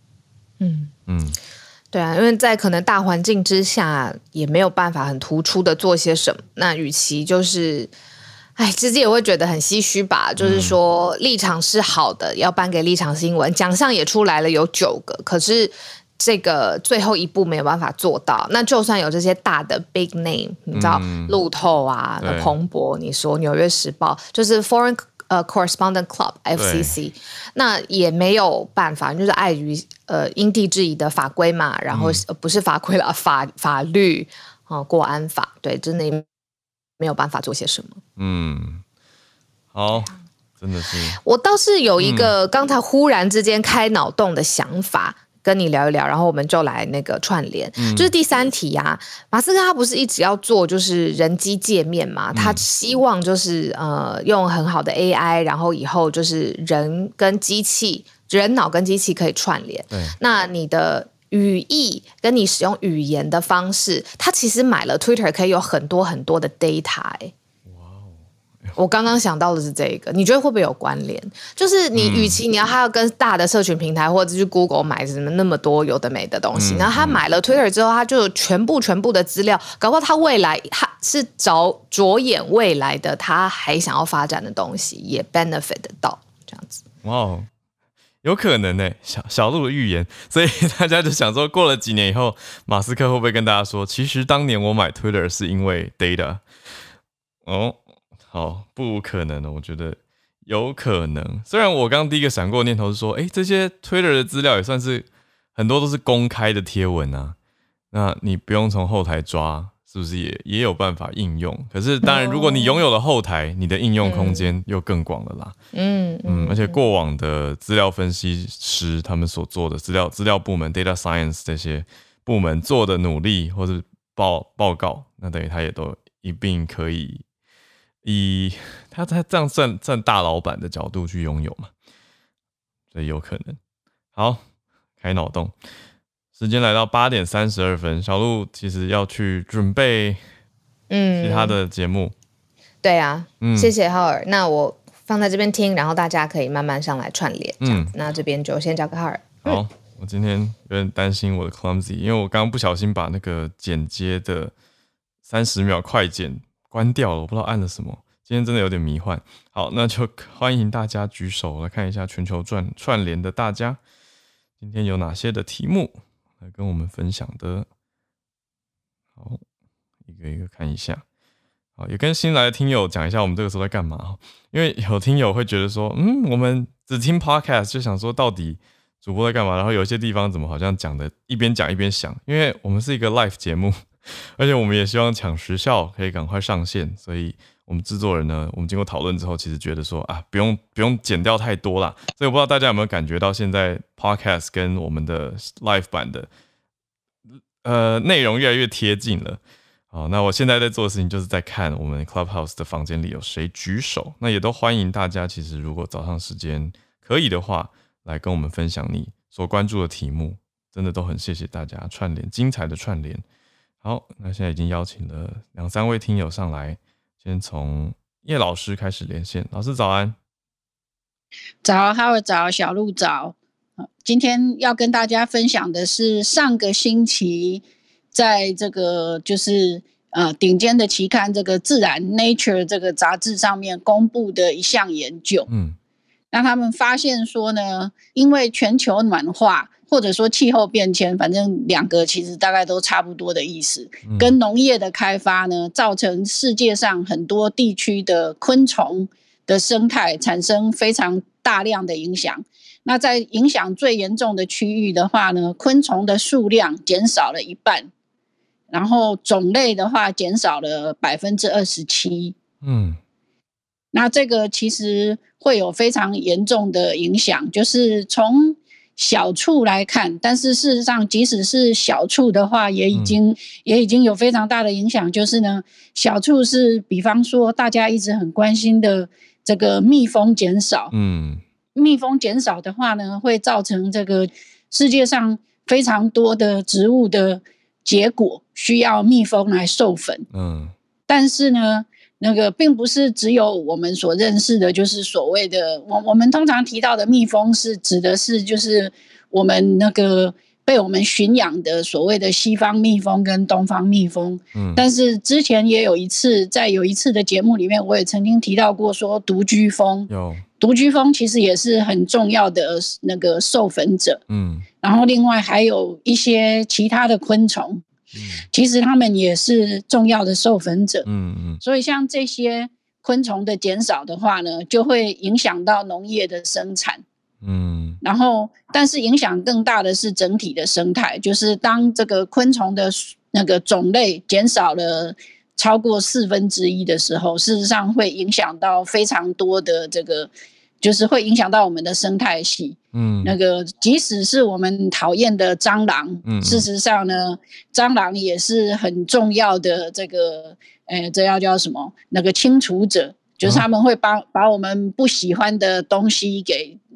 对啊，因为在可能大环境之下，也没有办法很突出的做些什么。那与其就是自己也会觉得很唏嘘吧，就是说立场是好的，要颁给立场新闻，奖项也出来了有9个，可是这个最后一步没有办法做到。那就算有这些大的 big name， 你知道路透啊、彭博，你说纽约时报，就是 Foreign Correspondent Club FCC， 那也没有办法，就是碍于因地制宜的法规嘛，然后不是法规啦，法律国安法，对，真的没有办法做些什么。 好，真的是。我倒是有一个刚才忽然之间开脑洞的想法，跟你聊一聊，然后我们就来那个串联，就是第3题啊。马斯克他不是一直要做就是人机界面嘛，他希望就是用很好的 AI， 然后以后就是人跟机器人脑跟机器可以串联，那你的语义跟你使用语言的方式，它其实买了 Twitter 可以有很多很多的 data。我刚刚想到的是这个，你觉得会不会有关联？就是你与其你要跟大的社群平台或者去 Google 买什么那么多有的没的东西，然后他买了 Twitter 之后，他就有全部的资料，搞不好他未来他是着眼未来的，他还想要发展的东西也 benefit 得到这样子。 哇，有可能呢，小鹿的预言，所以大家就想说，过了几年以后，马斯克会不会跟大家说，其实当年我买 Twitter 是因为 data？ 哦。好，不无可能的，我觉得有可能。虽然我刚刚第一个闪过的念头是说，这些 Twitter 的资料也算是很多都是公开的贴文啊，那你不用从后台抓，是不是也有办法应用？可是当然，如果你拥有了后台，你的应用空间又更广了啦。而且过往的资料分析师他们所做的资料部门 data science 这些部门做的努力或是报告，那等于他也都一并可以。以他这样算大老板的角度去拥有嘛，所以有可能。好，开脑洞。时间来到8点32分，小鹿其实要去准备其他的节目。 对啊，谢谢浩尔。那我放在这边听，然后大家可以慢慢上来串联。那这边就先交给浩尔。 好，我今天有点担心我的 clumsy， 因为我刚刚不小心把那个剪接的30秒快剪关掉了，我不知道按了什么，今天真的有点迷幻。好，那就欢迎大家举手来看一下全球串联的大家，今天有哪些的题目来跟我们分享的。好，一个一个看一下。好，也跟新来的听友讲一下我们这个时候在干嘛，因为有听友会觉得说，我们只听 podcast 就想说到底主播在干嘛，然后有一些地方怎么好像讲的一边讲一边想，因为我们是一个 live 节目，而且我们也希望抢时效可以赶快上线，所以我们制作人呢，我们经过讨论之后，其实觉得说不用剪掉太多啦，所以我不知道大家有没有感觉到现在 podcast 跟我们的 live 版的内容越来越贴近了。好，那我现在在做的事情就是在看我们 Clubhouse 的房间里有谁举手，那也都欢迎大家，其实如果早上时间可以的话，来跟我们分享你所关注的题目，真的都很谢谢大家串联，精彩的串联。好，那现在已经邀请了2-3位听友上来，先从叶老师开始连线。老师早安。 早，哈尔早，小鹿早。今天要跟大家分享的是上个星期在这个就是顶尖的期刊这个自然 Nature 这个杂志上面公布的一项研究。那他们发现说呢，因为全球暖化或者说气候变迁，反正两个其实大概都差不多的意思，跟农业的开发呢，造成世界上很多地区的昆虫的生态产生非常大量的影响。那在影响最严重的区域的话呢，昆虫的数量减少了1半，然后种类的话减少了 27%。那这个其实会有非常严重的影响，就是从小处来看，但是事实上即使是小处的话也已经有非常大的影响。就是呢，小处是比方说大家一直很关心的这个蜜蜂减少。蜜蜂减少的话呢，会造成这个世界上非常多的植物的结果需要蜜蜂来授粉。但是呢，那个并不是只有我们所认识的，就是所谓的我们通常提到的蜜蜂是指的是就是我们那个被我们驯养的所谓的西方蜜蜂跟东方蜜蜂。但是之前也有一次的节目里面，我也曾经提到过说独居蜂。独居蜂其实也是很重要的那个授粉者。然后另外还有一些其他的昆虫。其实他们也是重要的授粉者。所以像这些昆虫的减少的话呢，就会影响到农业的生产。然后但是影响更大的是整体的生态，就是当这个昆虫的那个种类减少了超过1/4的时候，事实上会影响到非常多的这个，就是会影响到我们的生态系。那个即使是我们讨厌的蟑螂，事实上呢，蟑螂也是很重要的这个这要叫什么？那个清除者，就是他们会把我们不喜欢的东西给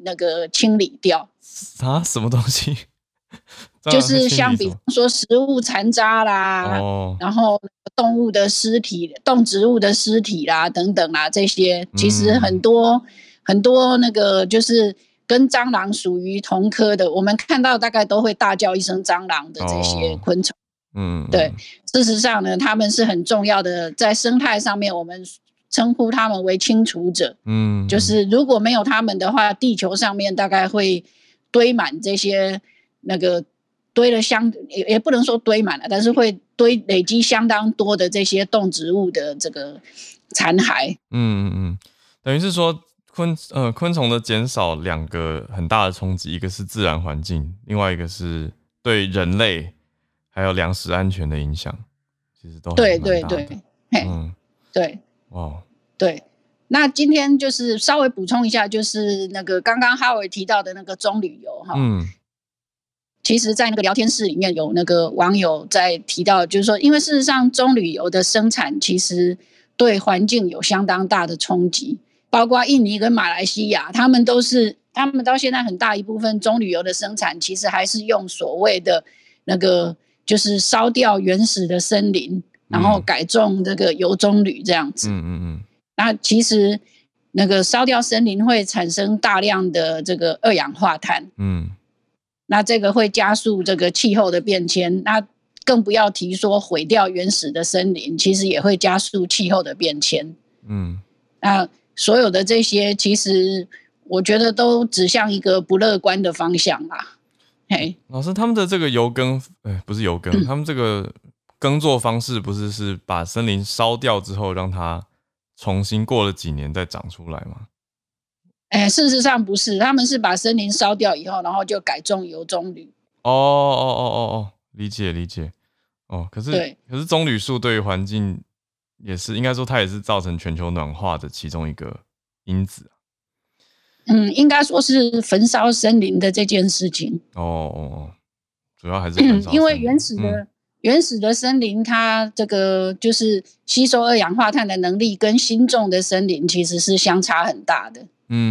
那个清理掉。 啊，什么东西？ 就是像比方说食物残渣啦，然后动物的尸体、动植物的尸体啦等等啦，这些其实很多那个就是跟蟑螂属于同科的，我们看到大概都会大叫一声蟑螂的这些昆虫。对，事实上呢，它们是很重要的，在生态上面我们称呼它们为清除者。就是如果没有它们的话，地球上面大概会堆满这些那个堆了也不能说堆满了，但是会累积相当多的这些动植物的这个残骸。 等于是说昆虫的减少两个很大的冲击，一个是自然环境，另外一个是对人类还有粮食安全的影响，其实都很蛮大的。 对，哇，对。那今天就是稍微补充一下，就是那个刚刚Howard提到的那个棕榈油哈。其实在那个聊天室里面有那个网友在提到，就是说因为事实上棕榈油的生产其实对环境有相当大的冲击，包括印尼跟马来西亚，他们到现在很大一部分棕榈油的生产其实还是用所谓的那个就是烧掉原始的森林，然后改种这个油棕榈这样子。那其实那个烧掉森林会产生大量的这个二氧化碳。那这个会加速这个气候的变迁，那更不要提说毁掉原始的森林，其实也会加速气候的变迁。那所有的这些，其实我觉得都指向一个不乐观的方向啦。 老师，他们的这个油耕，不是油耕，他们这个耕作方式不是把森林烧掉之后，让它重新过了几年再长出来吗？ 事实上不是，他们是把森林烧掉以后，然后就改种油棕榈。 理解。可是棕榈树对于环境也是，应该说它也是造成全球暖化的其中一个因子。 应该说是焚烧森林的这件事情。 主要还是焚烧森林。 因为原始的森林，它这个就是吸收二氧化碳的能力跟新种的森林其实是相差很大的。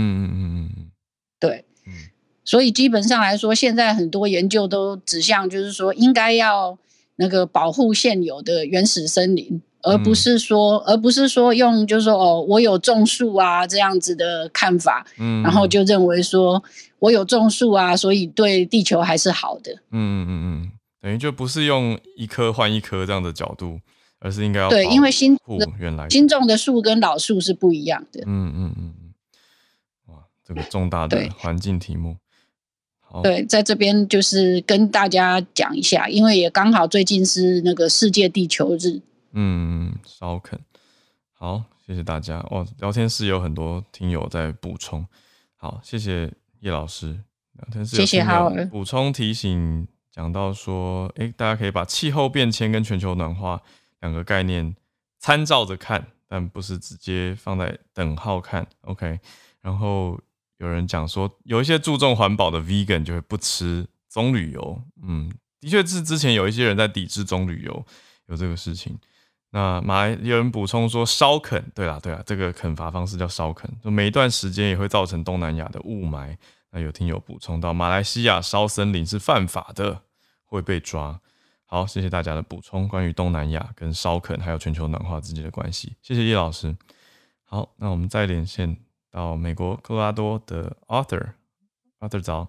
对。所以基本上来说，现在很多研究都指向，就是说应该要那个保护现有的原始森林，而不是说用就是说我有种树啊这样子的看法，然后就认为说我有种树啊，所以对地球还是好的。 等于就不是用一棵换一棵这样的角度，而是应该要对，因为新种的树跟老树是不一样的。 哇，这个重大的环境题目。 对，在这边就是跟大家讲一下，因为也刚好最近是那个世界地球日。 烧垦。好，谢谢大家。聊天室有很多听友在补充。好，谢谢叶老师。聊天室有听友补充提醒，讲到说，大家可以把气候变迁跟全球暖化两个概念参照着看，但不是直接放在等号看。OK， 然后有人讲说，有一些注重环保的 vegan 就会不吃棕榈油。的确是之前有一些人在抵制棕榈油，有这个事情。那有人补充说烧垦，对啦，这个垦伐方式叫烧垦，就每一段时间也会造成东南亚的雾霾。那有听友补充到，马来西亚烧森林是犯法的，会被抓。好，谢谢大家的补充，关于东南亚跟烧垦还有全球暖化之间的关系，谢谢叶老师。好，那我们再连线到美国科罗拉多的 Arthur 早。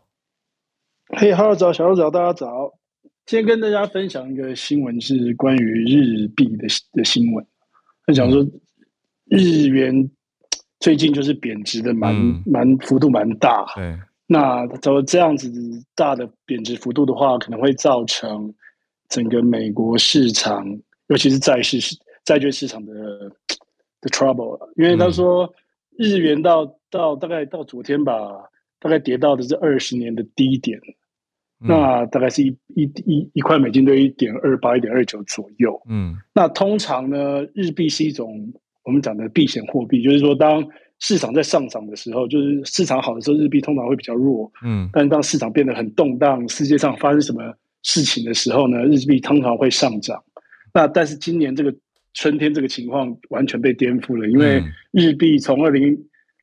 Hello 早，小早，大家早。今天跟大家分享一个新闻，是关于日币的新闻。他讲说，日元最近就是贬值的幅度蛮大。 对。 那这样子大的贬值幅度的话，可能会造成整个美国市场，尤其是债券市场的 trouble。因为他说，日元到大概到昨天吧，大概跌到的是20年的低点。那大概是一块美金对1.28、1.29左右。那通常呢，日币是一种我们讲的避险货币，就是说当市场在上涨的时候，就是市场好的时候，日币通常会比较弱。但是当市场变得很动荡，世界上发生什么事情的时候呢，日币通常会上涨。那但是今年这个春天这个情况完全被颠覆了，因为日币从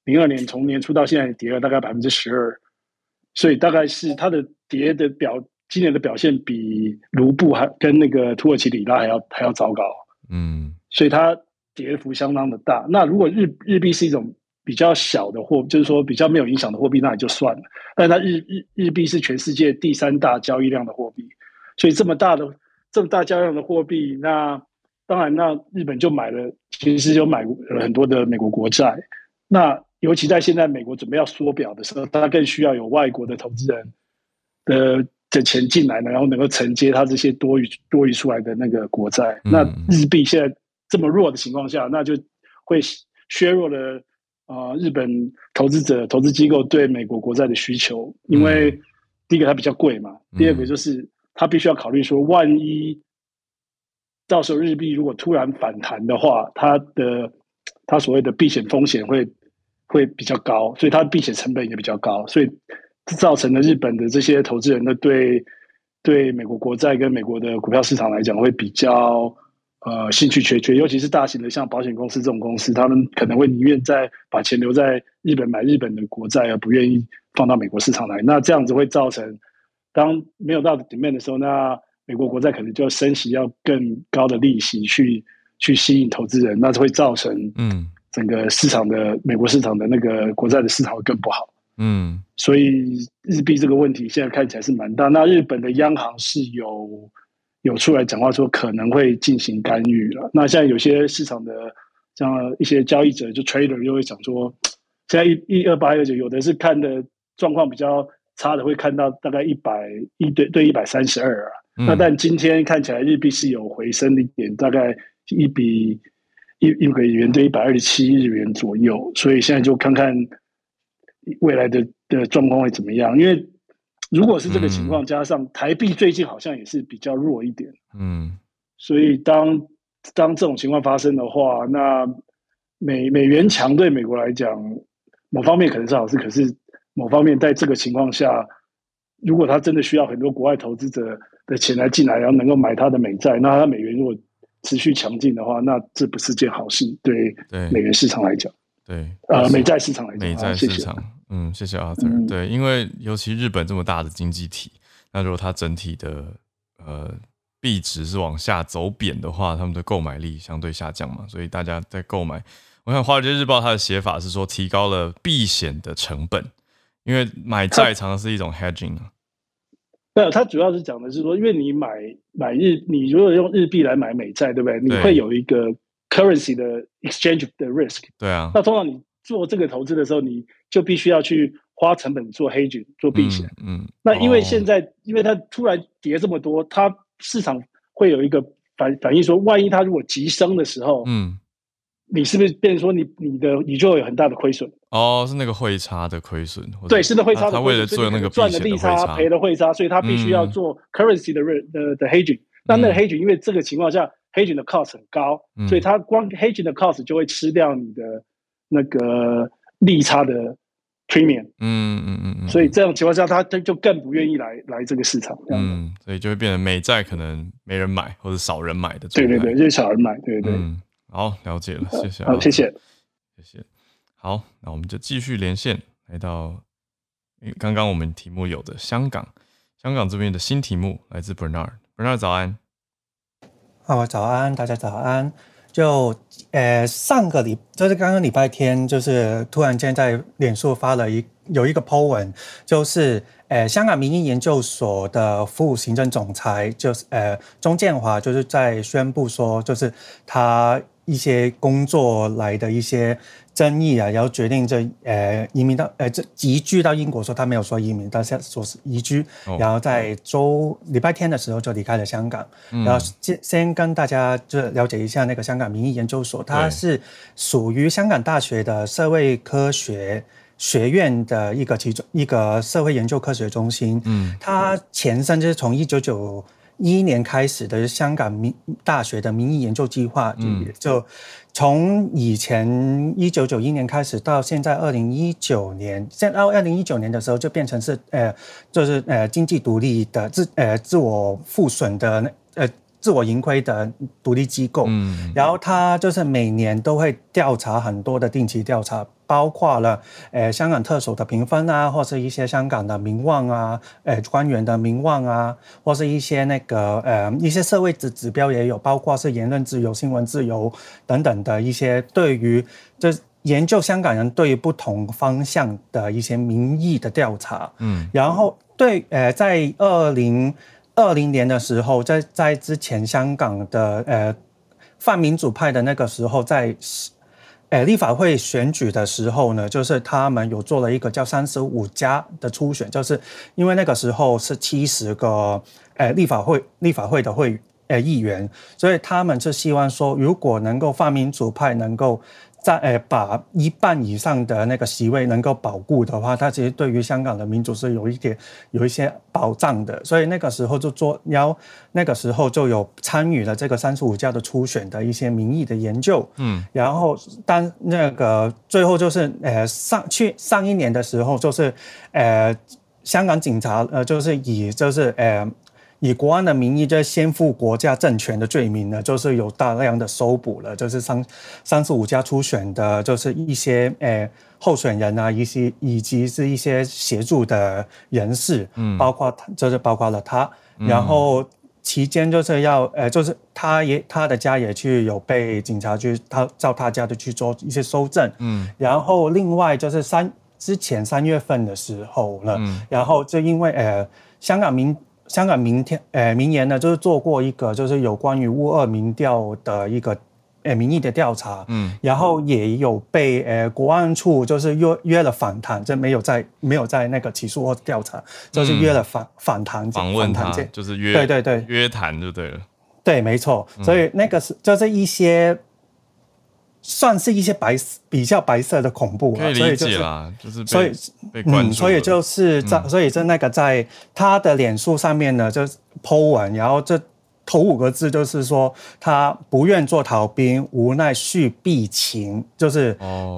2002年从年初到现在跌了大概12%，所以大概是它的跌的今年的表现比卢布还跟那个土耳其里拉还要糟糕。所以它跌幅相当的大。那如果日币是一种比较小的就是说比较没有影响的货币，那也就算了。但它日币是全世界第3大交易量的货币，所以这么大交易量的货币，那当然那日本其实就买了很多的美国国债。那尤其在现在美国准备要缩表的时候，它更需要有外国的投资人的钱进来呢，然后能够承接它这些多余出来的那个国债。那日币现在这么弱的情况下，那就会削弱了日本投资机构对美国国债的需求。因为第一个它比较贵嘛，第二个就是它必须要考虑说，万一到时候日币如果突然反弹的话，它所谓的避险风险会比较高，所以它的避险成本也比较高，所以造成了日本的这些投资人呢，对美国国债跟美国的股票市场来讲会比较兴趣缺缺，尤其是大型的像保险公司这种公司，他们可能会宁愿把钱留在日本买日本的国债，而不愿意放到美国市场来。那这样子会造成，当没有到 demand 的时候，那美国国债可能就要升息，要更高的利息去吸引投资人，那会造成整个美国市场的那个国债的市场会更不好。所以日币这个问题现在看起来是蛮大。那日本的央行是有出来讲话说可能会进行干预了。那现在有些市场的像一些交易者就 trader 又会讲说，现在128、129有的是看的状况比较差的，会看到大概对132啊。那但今天看起来日币是有回升的一点，大概1个元对127日元左右。所以现在就看看未来的状况会怎么样。因为如果是这个情况，加上台币最近好像也是比较弱一点，所以当这种情况发生的话，那美元强对美国来讲，某方面可能是好事，可是某方面在这个情况下，如果他真的需要很多国外投资者的钱来进来，然后能够买他的美债，那他美元如果持续强劲的话，那这不是件好事，对美元市场来讲。 对， 美债市场来讲， 美债市场，谢谢 Arthur。对，因为尤其日本这么大的经济体，那如果它整体的币值是往下走贬的话，他们的购买力相对下降嘛，所以大家在购买。我看《华尔街日报》它的写法是说，提高了避险的成本，因为买债常常是一种 hedging 啊。 对，它主要是讲的是说，因为你你如果用日币来买美债，对不对？你会有一个 currency 的 exchange 的 risk。 对啊。 那通常你做这个投资的时候，你就必须要去花成本做 hedging 做避险。那因为现在，因为它突然跌这么多，它市场会有一个反应说，万一它如果急升的时候，你是不是变成说你就有很大的亏损？ 是那个汇差的亏损。 对，是那汇差的亏损。 他为了做那个赚的利差，赔了汇差，所以他必须要做 currency 的 hedging。那个 hedging，因为这个情况下 hedging 的 cost 很高，所以它光 hedging 的 cost 就会吃掉你的那个利差的 premium。所以这种情况下，他就更不愿意来这个市场。 所以就会变成美债可能没人买或者少人买的。 对，就是少人买。对。 好，了解了，谢谢。 好，谢谢。 好，那我们就继续连线，来到刚刚我们题目有的香港这边的新题目来自 Bernard 早安。 早安，大家早安。就就是刚刚礼拜天，就是突然间在脸书发了有一个 po 文，就是香港民意研究所的副行政总裁就是钟建华，就是在宣布说，就是他一些工作来的一些争议啊，然后决定移民到移居到英国，说他没有说移民，但是说是移居，然后在礼拜天的时候就离开了香港。然后先跟大家就了解一下那个香港民意研究所，它是属于香港大学的社会科学学院的一个社会研究科学中心。它前身就是从1991年开始的香港大学的民意研究计划，就从以前1991年开始到现在2019年，到2019年的时候就变成是就是经济独立的自我复损的自我盈亏的独立机构，然后他就是每年都会调查很多的定期调查，包括了香港特首的评分啊，或是一些香港的民望啊，官员的民望啊，或是一些那个一些社会指标也有，包括是言论自由、新闻自由等等的一些对于就是研究香港人对于不同方向的一些民意的调查，然后在2020年的时候，在之前香港的泛民主派的那个时候，在立法会选举的时候呢，就是他们有做了一个叫35+的初选，就是因为那个时候是70个立法会的议员，所以他们是希望说，如果能够泛民主派能够把1半以上的那个席位能够保固的话，它其实对于香港的民主是有一些保障的，所以那个时候然后那个时候就有参与了这个35+的初选的一些民意的研究，然后那个最后就是上一年的时候，就是香港警察就是以国安的名义，就是肩负国家政权的罪名呢，就是有大量的搜捕了，就是35+初选的，就是一些候选人啊，以及是一些协助的人士，包括了他，然后期间就是就是他的家也有被警察照他家的去做一些搜证，然后另外就是之前3月份的时候了，然后就因为香港民研呢，就是做过一个就是有关于乌俄民调的一个民意的调查，然后也有被国安处就是约了访谈，就没有在那个起诉或调查，就是约了访谈访问他，就是对约谈就对了， 对，没错，所以那个就是算是一些比较白色的恐怖， 可以理解啦，就是被关注， 所以就是所以那个在他的脸书上面呢，就是 po 文，然后这头5个字就是说他不愿做逃兵，无奈续避秦，就是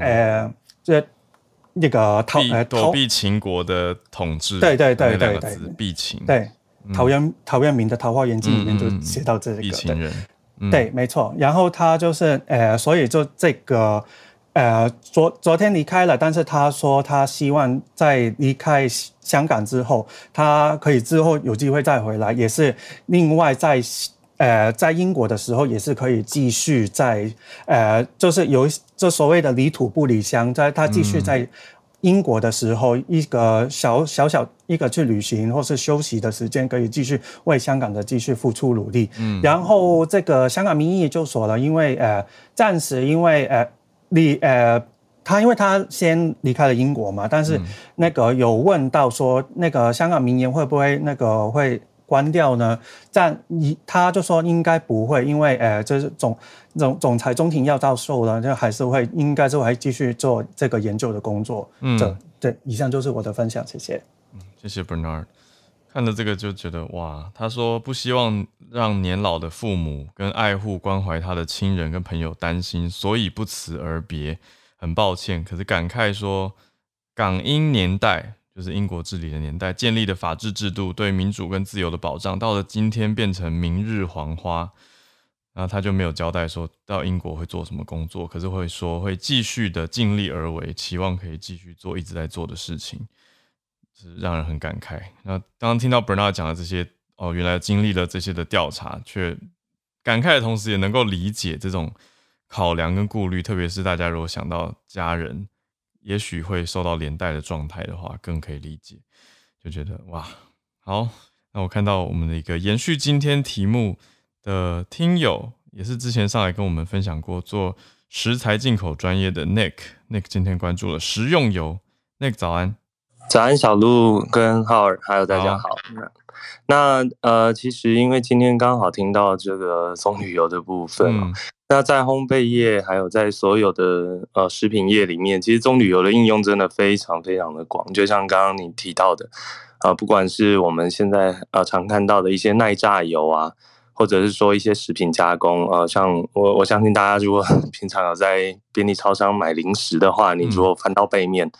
那个躲避秦国的统治， 对， 避秦， 对，陶渊明的《桃花源记》里面就写到这个避秦人。 对，没错。然后他就是所以就这个昨天离开了，但是他说他希望在离开香港之后，他可以之后有机会再回来，也是另外在英国的时候也是可以继续就是有这所谓的离土不离乡，他继续在英国的时候，一个小一个去旅行或是休息的时间，可以继续为香港的继续付出努力。然后这个香港民意研究所呢，因为暂时因为因为他先离开了英国嘛，但是那个有问到说那个香港民研会不会那个会关掉呢？他就说应该不会，因为就是总裁钟庭耀教授呢，就应该是会继续做这个研究的工作。对，以上就是我的分享，谢谢。 谢谢 Bernard。看了这个就觉得哇，他说不希望让年老的父母跟爱护关怀他的亲人跟朋友担心，所以不辞而别，很抱歉。可是感慨说，港英年代就是英国治理的年代建立的法治制度对民主跟自由的保障，到了今天变成明日黄花。然后他就没有交代说到英国会做什么工作，可是会说会继续的尽力而为，期望可以继续做一直在做的事情，是让人很感慨。那刚刚听到 Bernard 讲的这些原来经历了这些的调查，却感慨的同时也能够理解这种考量跟顾虑，特别是大家如果想到家人也许会受到连带的状态的话，更可以理解，就觉得哇，好。那我看到我们的一个延续今天题目的听友，也是之前上来跟我们分享过做食材进口专业的 Nick 今天关注了食用油。 Nick 早安。 早安小鹿跟浩尔还有大家好。那其实因为今天刚好听到这个棕榈油的部分那在烘焙业还有在所有的食品业里面，其实棕榈油的应用真的非常非常的广，就像刚刚你提到的不管是我们现在常看到的一些耐炸油啊，或者是说一些食品加工像我相信大家如果平常有在便利超商买零食的话，你如果翻到背面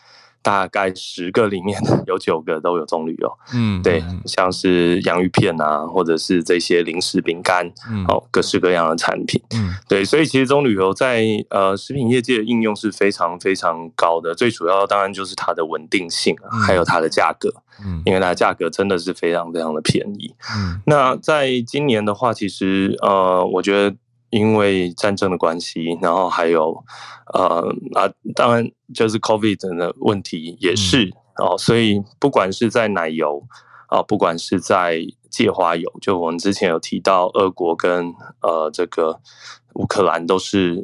大概10个里面有9个都有棕榈油。对，像是洋芋片啊，或者是这些零食饼干，各式各样的产品。对，所以其实棕榈油在食品业界的应用是非常非常高的，最主要当然就是它的稳定性，还有它的价格。因为它的价格真的是非常非常的便宜。那在今年的话，其实我觉得因为战争的关系，然后还有当然就是 COVID 的问题也是所以不管是在奶油不管是在芥花油，就我们之前有提到，俄国跟这个乌克兰都是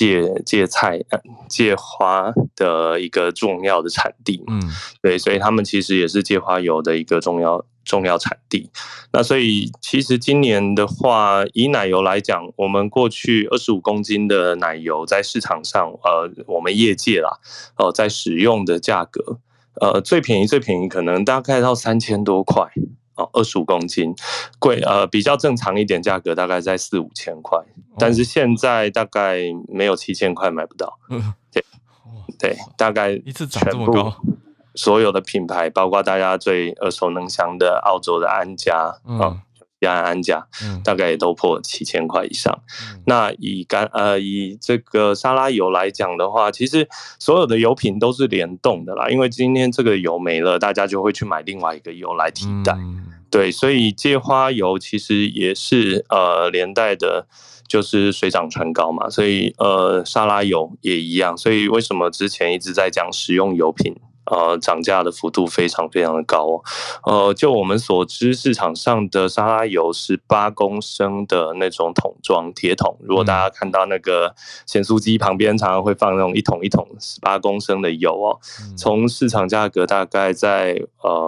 芥花的一个重要的产地。对，所以他们其实也是芥花油的一个重要产地。那所以其实今年的话，以奶油来讲，我们过去25公斤的奶油在市场上，我们业界啦，在使用的价格，最便宜可能大概到3000多块。25公斤，贵比较正常一点价格大概在4-5千块，但是现在大概没有7000块买不到。对，大概一次涨这么高， 所有的品牌，包括大家最耳熟能详的澳洲的安佳安佳，大概也都破7000块以上。那以这个沙拉油来讲的话，其实所有的油品都是联动的啦，因为今天这个油没了，大家就会去买另外一个油来替代。对，所以芥花油其实也是连带的，就是水涨船高嘛，所以沙拉油也一样。所以为什么之前一直在讲食用油品涨价的幅度非常非常的高就我们所知，市场上的沙拉油18公升的那种桶装铁桶，如果大家看到那个咸酥鸡旁边常常会放那种一桶18公升的油从市场价格大概在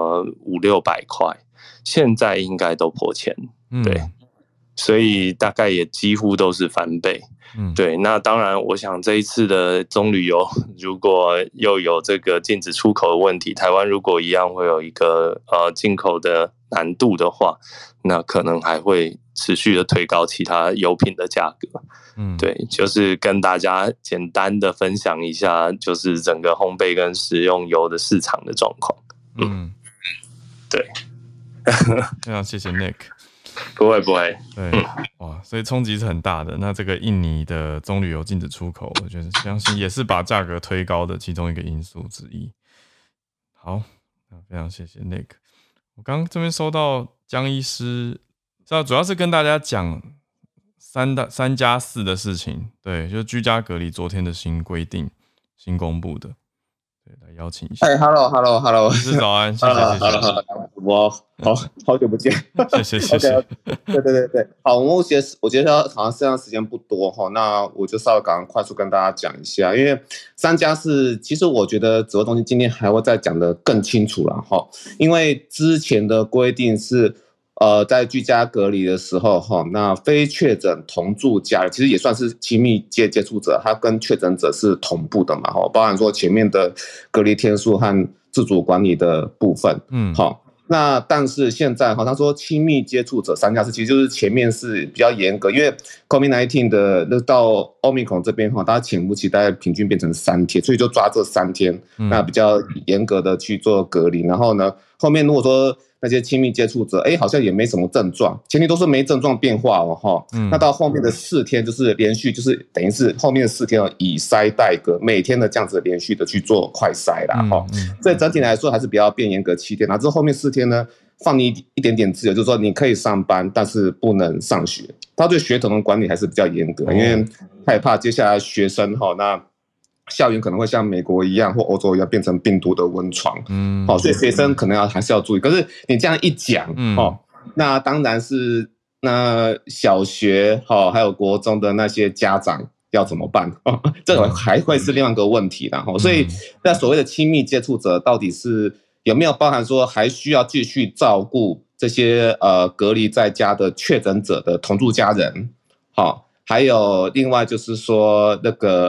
500-600块，现在应该都破千。对，所以大概也几乎都是翻倍。对，那当然我想这一次的棕榈油如果又有这个禁止出口的问题，台湾如果一样会有一个进口的难度的话，那可能还会持续的推高其他油品的价格。对，就是跟大家简单的分享一下，就是整个烘焙跟食用油的市场的状况。对， 非常谢谢 Nick。 不会。 对，哇，所以冲击是很大的。那这个印尼的棕榈油禁止出口，我觉得相信也是把价格推高的其中一个因素之一。好，非常谢谢 Nick。我刚这边收到江医师，主要是跟大家讲3+4的事情。对，就是居家隔离昨天的新规定，新公布的。对，来邀请一下。 Hello， 医师早安，谢谢。 我好久不见， 谢谢。 对，好，我觉得好像剩下时间不多那我就稍微快速跟大家讲一下，因为3+4，其实我觉得指挥中心今天还会再讲得更清楚了因为之前的规定是在居家隔离的时候那非确诊同住家人其实也算是亲密接触者，他跟确诊者是同步的嘛包含说前面的隔离天数和自主管理的部分那但是现在他说亲密接触者3+4，其实就是前面是比较严格，因为 COVID-19 的那到 Omicron 这边大家潜伏期大概平均变成3天，所以就抓这3天，那比较严格的去做隔离。然后呢，后面如果说那些亲密接触者，好像也没什么症状，前提都是没症状变化那到后面的4天就是连续，就是等于是后面的4天以筛代隔，每天的这样子连续的去做快筛啦所以整体来说还是比较变严格7天，然后之后后面4天呢放你一点点自由，就是说你可以上班，但是不能上学。他对学童的管理还是比较严格，因为害怕接下来学生那校园可能会像美国一样或欧洲一样变成病毒的温床所以学生可能还是要注意。可是你这样一讲那当然是那小学还有国中的那些家长要怎么办这个还会是另外一个问题啦所以那所谓的亲密接触者到底是有没有包含说还需要继续照顾这些隔离在家的确诊者的同住家人还有另外就是说那个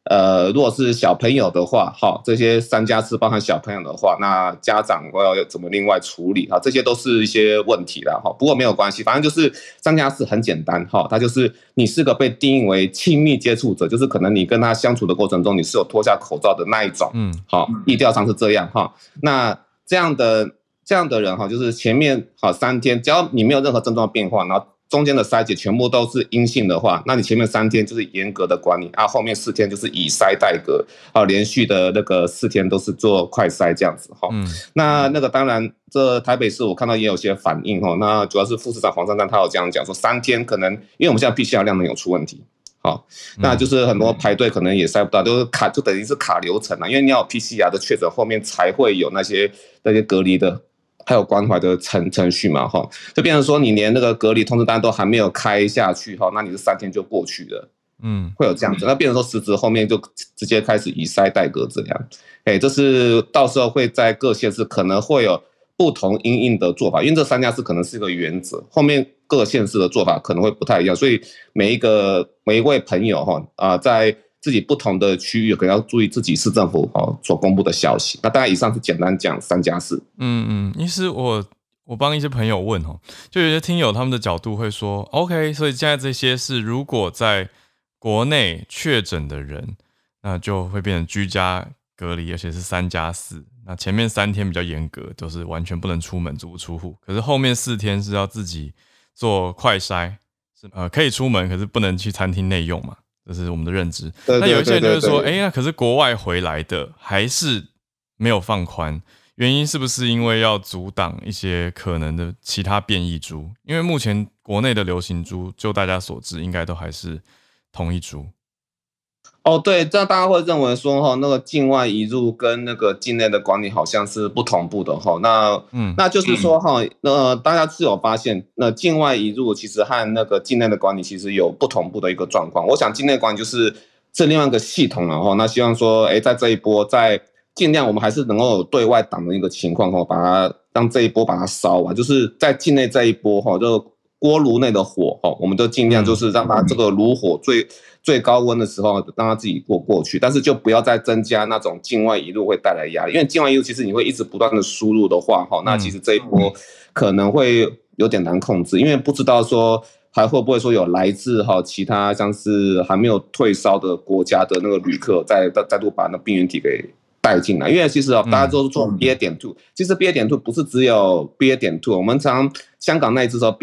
如果是小朋友的话，这些3+4包含小朋友的话，那家长要怎么另外处理？这些都是一些问题啦。不过没有关系，反正就是3+4很简单，它就是你是个被定义为亲密接触者，就是可能你跟他相处的过程中，你是有脱下口罩的那一种。疫调上是这样那这样的人就是前面3天，只要你没有任何症状变化，然后中间的筛检全部都是阴性的话，那你前面3天就是严格的管理后面4天就是以筛代隔连续的那个4天都是做快筛这样子那个当然，这台北市我看到也有些反应那主要是副市长黄珊珊他有这样讲说3天可能因为我们现在 PCR 量能有出问题那就是很多排队可能也筛不到，就等于是卡流程因为你要有 PCR 的确诊后面才会有那些隔离的还有关怀的程序嘛就变成说你连那个隔离通知单都还没有开下去那你这3天就过去了会有这样子，那变成说实质后面就直接开始以筛代隔这样这是到时候会在各县市可能会有不同因应的做法，因为这3+4可能是一个原则，后面各县市的做法可能会不太一样，所以每一位朋友在自己不同的区域可能要注意自己市政府所公布的消息。那当然以上是简单讲3+4。 医师我帮一些朋友问就有些听友他们的角度会说 OK， 所以现在这些是如果在国内确诊的人，那就会变成居家隔离，而且是3+4。那前面3天比较严格，都是完全不能出门，足不出户。可是后面4天是要自己做快筛，可以出门，可是不能去餐厅内用嘛。这是我们的认知。那有一些人就是说，那可是国外回来的还是没有放宽，原因是不是因为要阻挡一些可能的其他变异株？因为目前国内的流行株，就大家所知，应该都还是同一株。 对，这样大家会认为说那个境外移入跟那个境内的管理好像是不同步的那就是说大家是有发现，那境外移入其实和那个境内的管理其实有不同步的一个状况。我想境内管理就是另外一个系统那希望说在这一波在尽量我们还是能够有对外挡的一个情况把它让这一波把它烧完，就是在境内这一波就锅炉内的火我们就尽量就是让它这个炉火最高温的时候让它自己过去，但是就不要再增加那种境外移入会带来压力，因为境外移入其实你会一直不断的输入的话那其实这一波可能会有点难控制，因为不知道说还会不会说有来自其他像是还没有退烧的国家的那个旅客再度把那病原体给带进来，因为其实大家都做 BA.2， 其实 BA.2 不是只有 BA.2， 我们常香港那一次说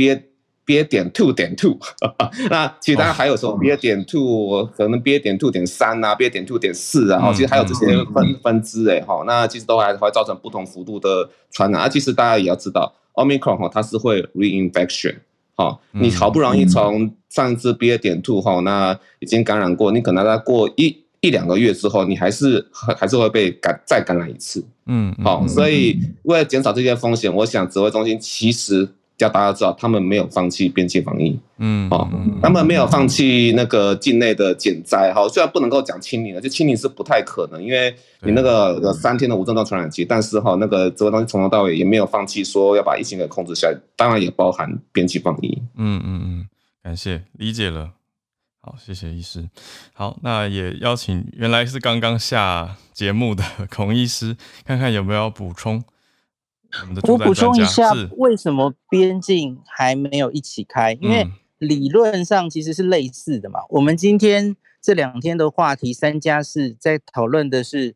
BA.2.2 那其他还有什么 BA.2 可能 BA.2.3 啊 BA.2.4 其实还有这些分支那其实都还会造成不同幅度的传染其实大家也要知道 Omicron 它是会 reinfection你好不容易从上次 BA.2 那已经感染过，你可能再过一两个月之后，你还是会被再感染一次所以为了减少这些风险，我想指挥中心其实叫大家知道，他们没有放弃边境防疫，他们没有放弃那个境内的减灾，虽然不能够讲清零了，就清零是不太可能，因为你那个3天的无症状传染期，但是那个指挥中心从头到尾也没有放弃说要把疫情给控制下来，当然也包含边境防疫。 感谢，理解了。好，谢谢医师。好，那也邀请原来是刚刚下节目的孔医师，看看有没有要补充。 我补充一下，为什么边境还没有一起开？因为理论上其实是类似的嘛。我们今天这2天的话题3+4在讨论的是，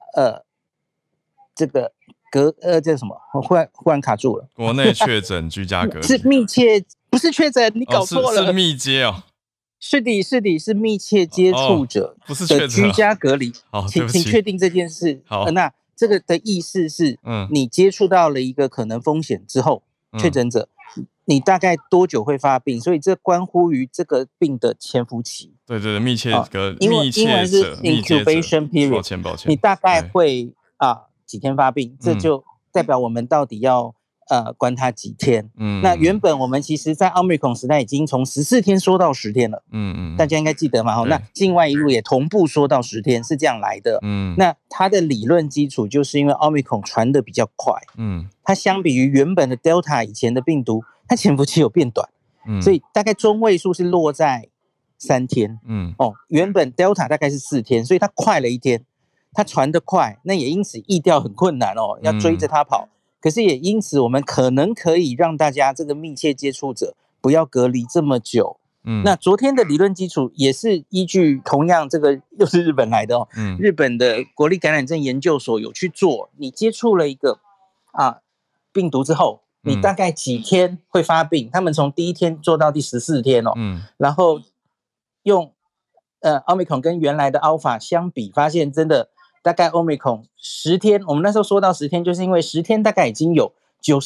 这个这什么？我忽然卡住了。 国内确诊居家隔离是密切，不是确诊，你搞错了， 是密接哦。 是的，是密切接触者的居家隔离。请确定这件事。那这个的意思是，你接触到了一个可能风险之后，确诊者，你大概多久会发病？所以这关乎于这个病的潜伏期。 对，密切英文是 incubation period， 抱歉， 你大概会几天发病，这就代表我们到底要关它几天。那原本我们其实在 Omicron 时代已经从14天缩到10天了。大家应该记得嘛？那境外移入也同步缩到10天，是这样来的。那它的理论基础就是因为 Omicron 传得比较快。它相比于原本的 Delta 以前的病毒，它潜伏期有变短。所以大概中位数是落在 3天，原本 Delta 大概是4天，所以它快了1天，它传得快，那也因此疫调很困难要追着它跑。可是也因此，我们可能可以让大家这个密切接触者不要隔离这么久。那昨天的理论基础也是依据同样这个又是日本来的日本的国立感染症研究所有去做，你接触了一个病毒之后，你大概几天会发病？他们从第1天做到第14天然后用Omicron 跟原来的 Alpha 相比，发现真的大概 Omicron 10天，我们那时候说到10天，就是因为10天大概已经有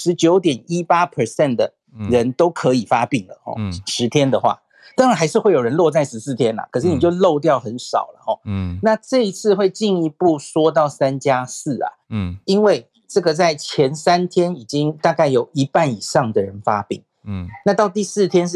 99.18% 的人都可以发病了10天的话，当然还是会有人落在14天啦，可是你就漏掉很少了那这一次会进一步缩到3+4因为这个在前3天已经大概有1半以上的人发病那到第4天是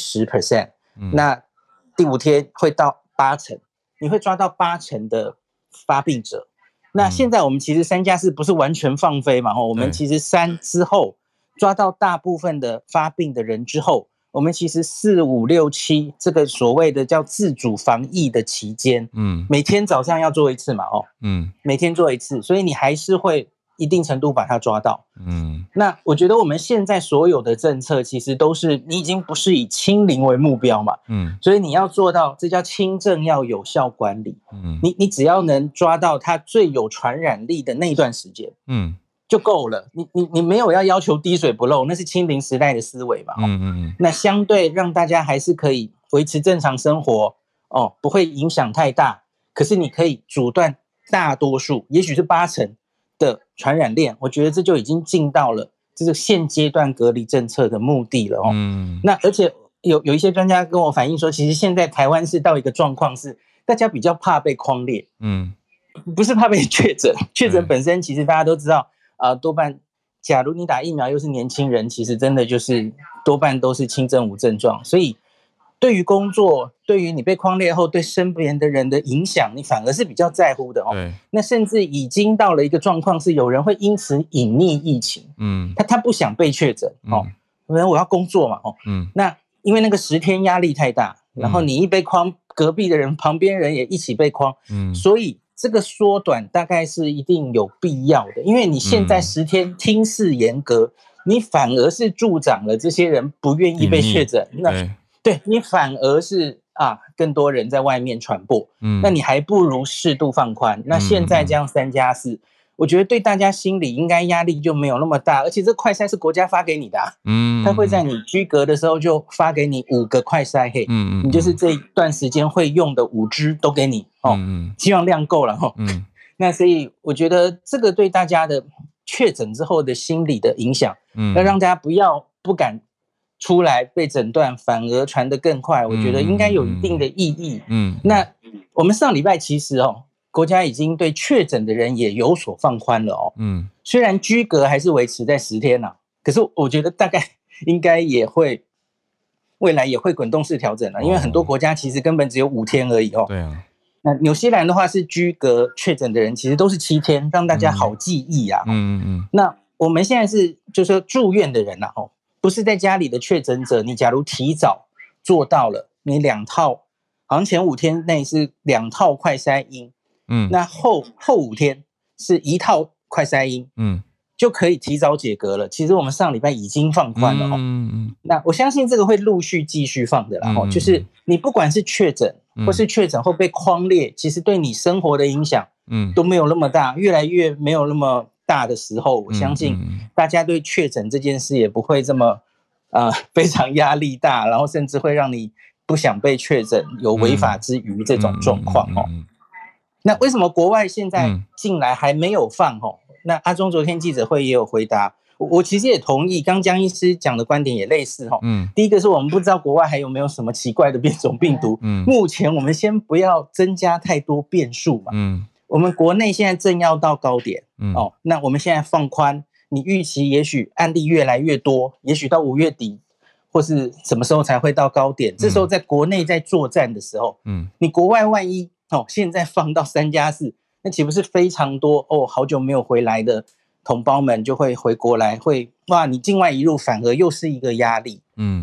70%那第5天会到80%，你会抓到80%的发病者。那现在我们其实3+4不是完全放飞嘛我们其实3之后抓到大部分的发病的人之后，我们其实4、5、6、7这个所谓的叫自主防疫的期间每天早上要做一次嘛每天做一次，所以你还是会一定程度把它抓到那我觉得我们现在所有的政策其实都是你已经不是以清零为目标嘛所以你要做到这叫轻症要有效管理你只要能抓到它最有传染力的那一段时间就够了，你没有要求滴水不漏，那是清零时代的思维嘛那相对让大家还是可以维持正常生活不会影响太大，可是你可以阻断大多数也许是80%的传染链，我觉得这就已经进到了这个现阶段隔离政策的目的了那而且有一些专家跟我反映说，其实现在台湾是到一个状况是大家比较怕被匡列不是怕被确诊本身其实大家都知道多半假如你打疫苗又是年轻人，其实真的就是多半都是轻症无症状，所以对于工作，对于你被匡列后对身边的人的影响，你反而是比较在乎的那甚至已经到了一个状况是有人会因此隐匿疫情他不想被确诊我要工作嘛那因为那个10天压力太大然后你一被匡，隔壁的人旁边人也一起被匡所以这个缩短大概是一定有必要的，因为你现在10天听似严格你反而是助长了这些人不愿意被确诊那对你反而是更多人在外面传播那你还不如适度放宽那现在这样3+4我觉得对大家心里应该压力就没有那么大，而且这快筛是国家发给你的他会在你居隔的时候就发给你5个快筛你就是这一段时间会用的5支都给你希望量够了那所以我觉得这个对大家的确诊之后的心理的影响要让大家不敢出来被诊断反而传得更快我觉得应该有一定的意义那我们上礼拜其实国家已经对确诊的人也有所放宽了虽然居隔还是维持在10天可是我觉得大概应该也会未来也会滚动式调整因为很多国家其实根本只有5天而已对啊那纽西兰的话是居隔确诊的人其实都是7天让大家好记忆那我们现在是就是说住院的人不是在家里的确诊者你假如提早做到了你2套好像前5天内是2套快筛阴那后5天是1套快筛阴就可以提早解隔了其实我们上礼拜已经放宽了那我相信这个会陆续继续放的啦就是你不管是确诊或是确诊后被匡列其实对你生活的影响都没有那么大越来越没有那么大的时候我相信大家对确诊这件事也不会这么非常压力大然后甚至会让你不想被确诊有违法之余这种状况那为什么国外现在进来还没有放那阿中昨天记者会也有回答我其实也同意刚江医师讲的观点也类似第一个是我们不知道国外还有没有什么奇怪的变种病毒目前我们先不要增加太多变数嘛我们国内现在正要到高点那我们现在放宽你预期也许案例越来越多也许到5月底或是什么时候才会到高点这时候在国内在作战的时候你国外万一现在放到3+4那岂不是非常多好久没有回来的同胞们就会回国来会哇你境外移入反而又是一个压力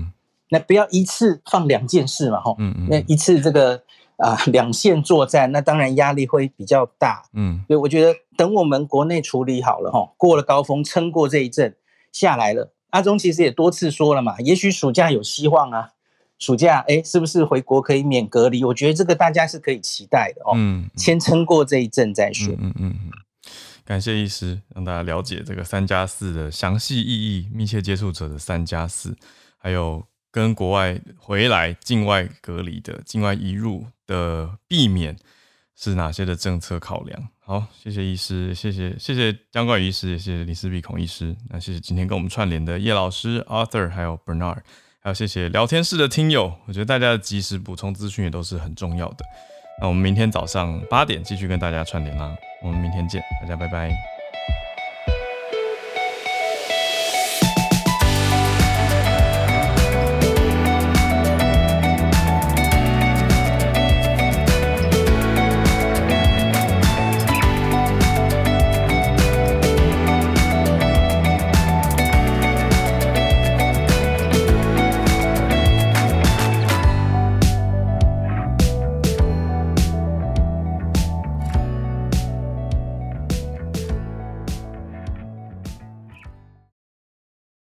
那不要一次放2件事嘛，那一次这个2线作战，那当然压力会比较大。所以我觉得等我们国内处理好了过了高峰，撑过这一阵下来了。阿中其实也多次说了嘛，也许暑假有希望啊，暑假是不是回国可以免隔离？我觉得这个大家是可以期待的先撑过这一阵再说。 感谢医师让大家了解这个3+4的详细意义，密切接触者的3+4，还有跟国外回来境外隔离的境外移入的避免是哪些的政策考量。好，谢谢医师，谢谢江冠宇医师，也谢谢林思碧孔医师，那谢谢今天跟我们串联的叶老师 Arthur 还有 Bernard， 还有谢谢聊天室的听友，我觉得大家的及时补充资讯也都是很重要的。那我们明天早上8点继续跟大家串联啦，我们明天见，大家拜拜。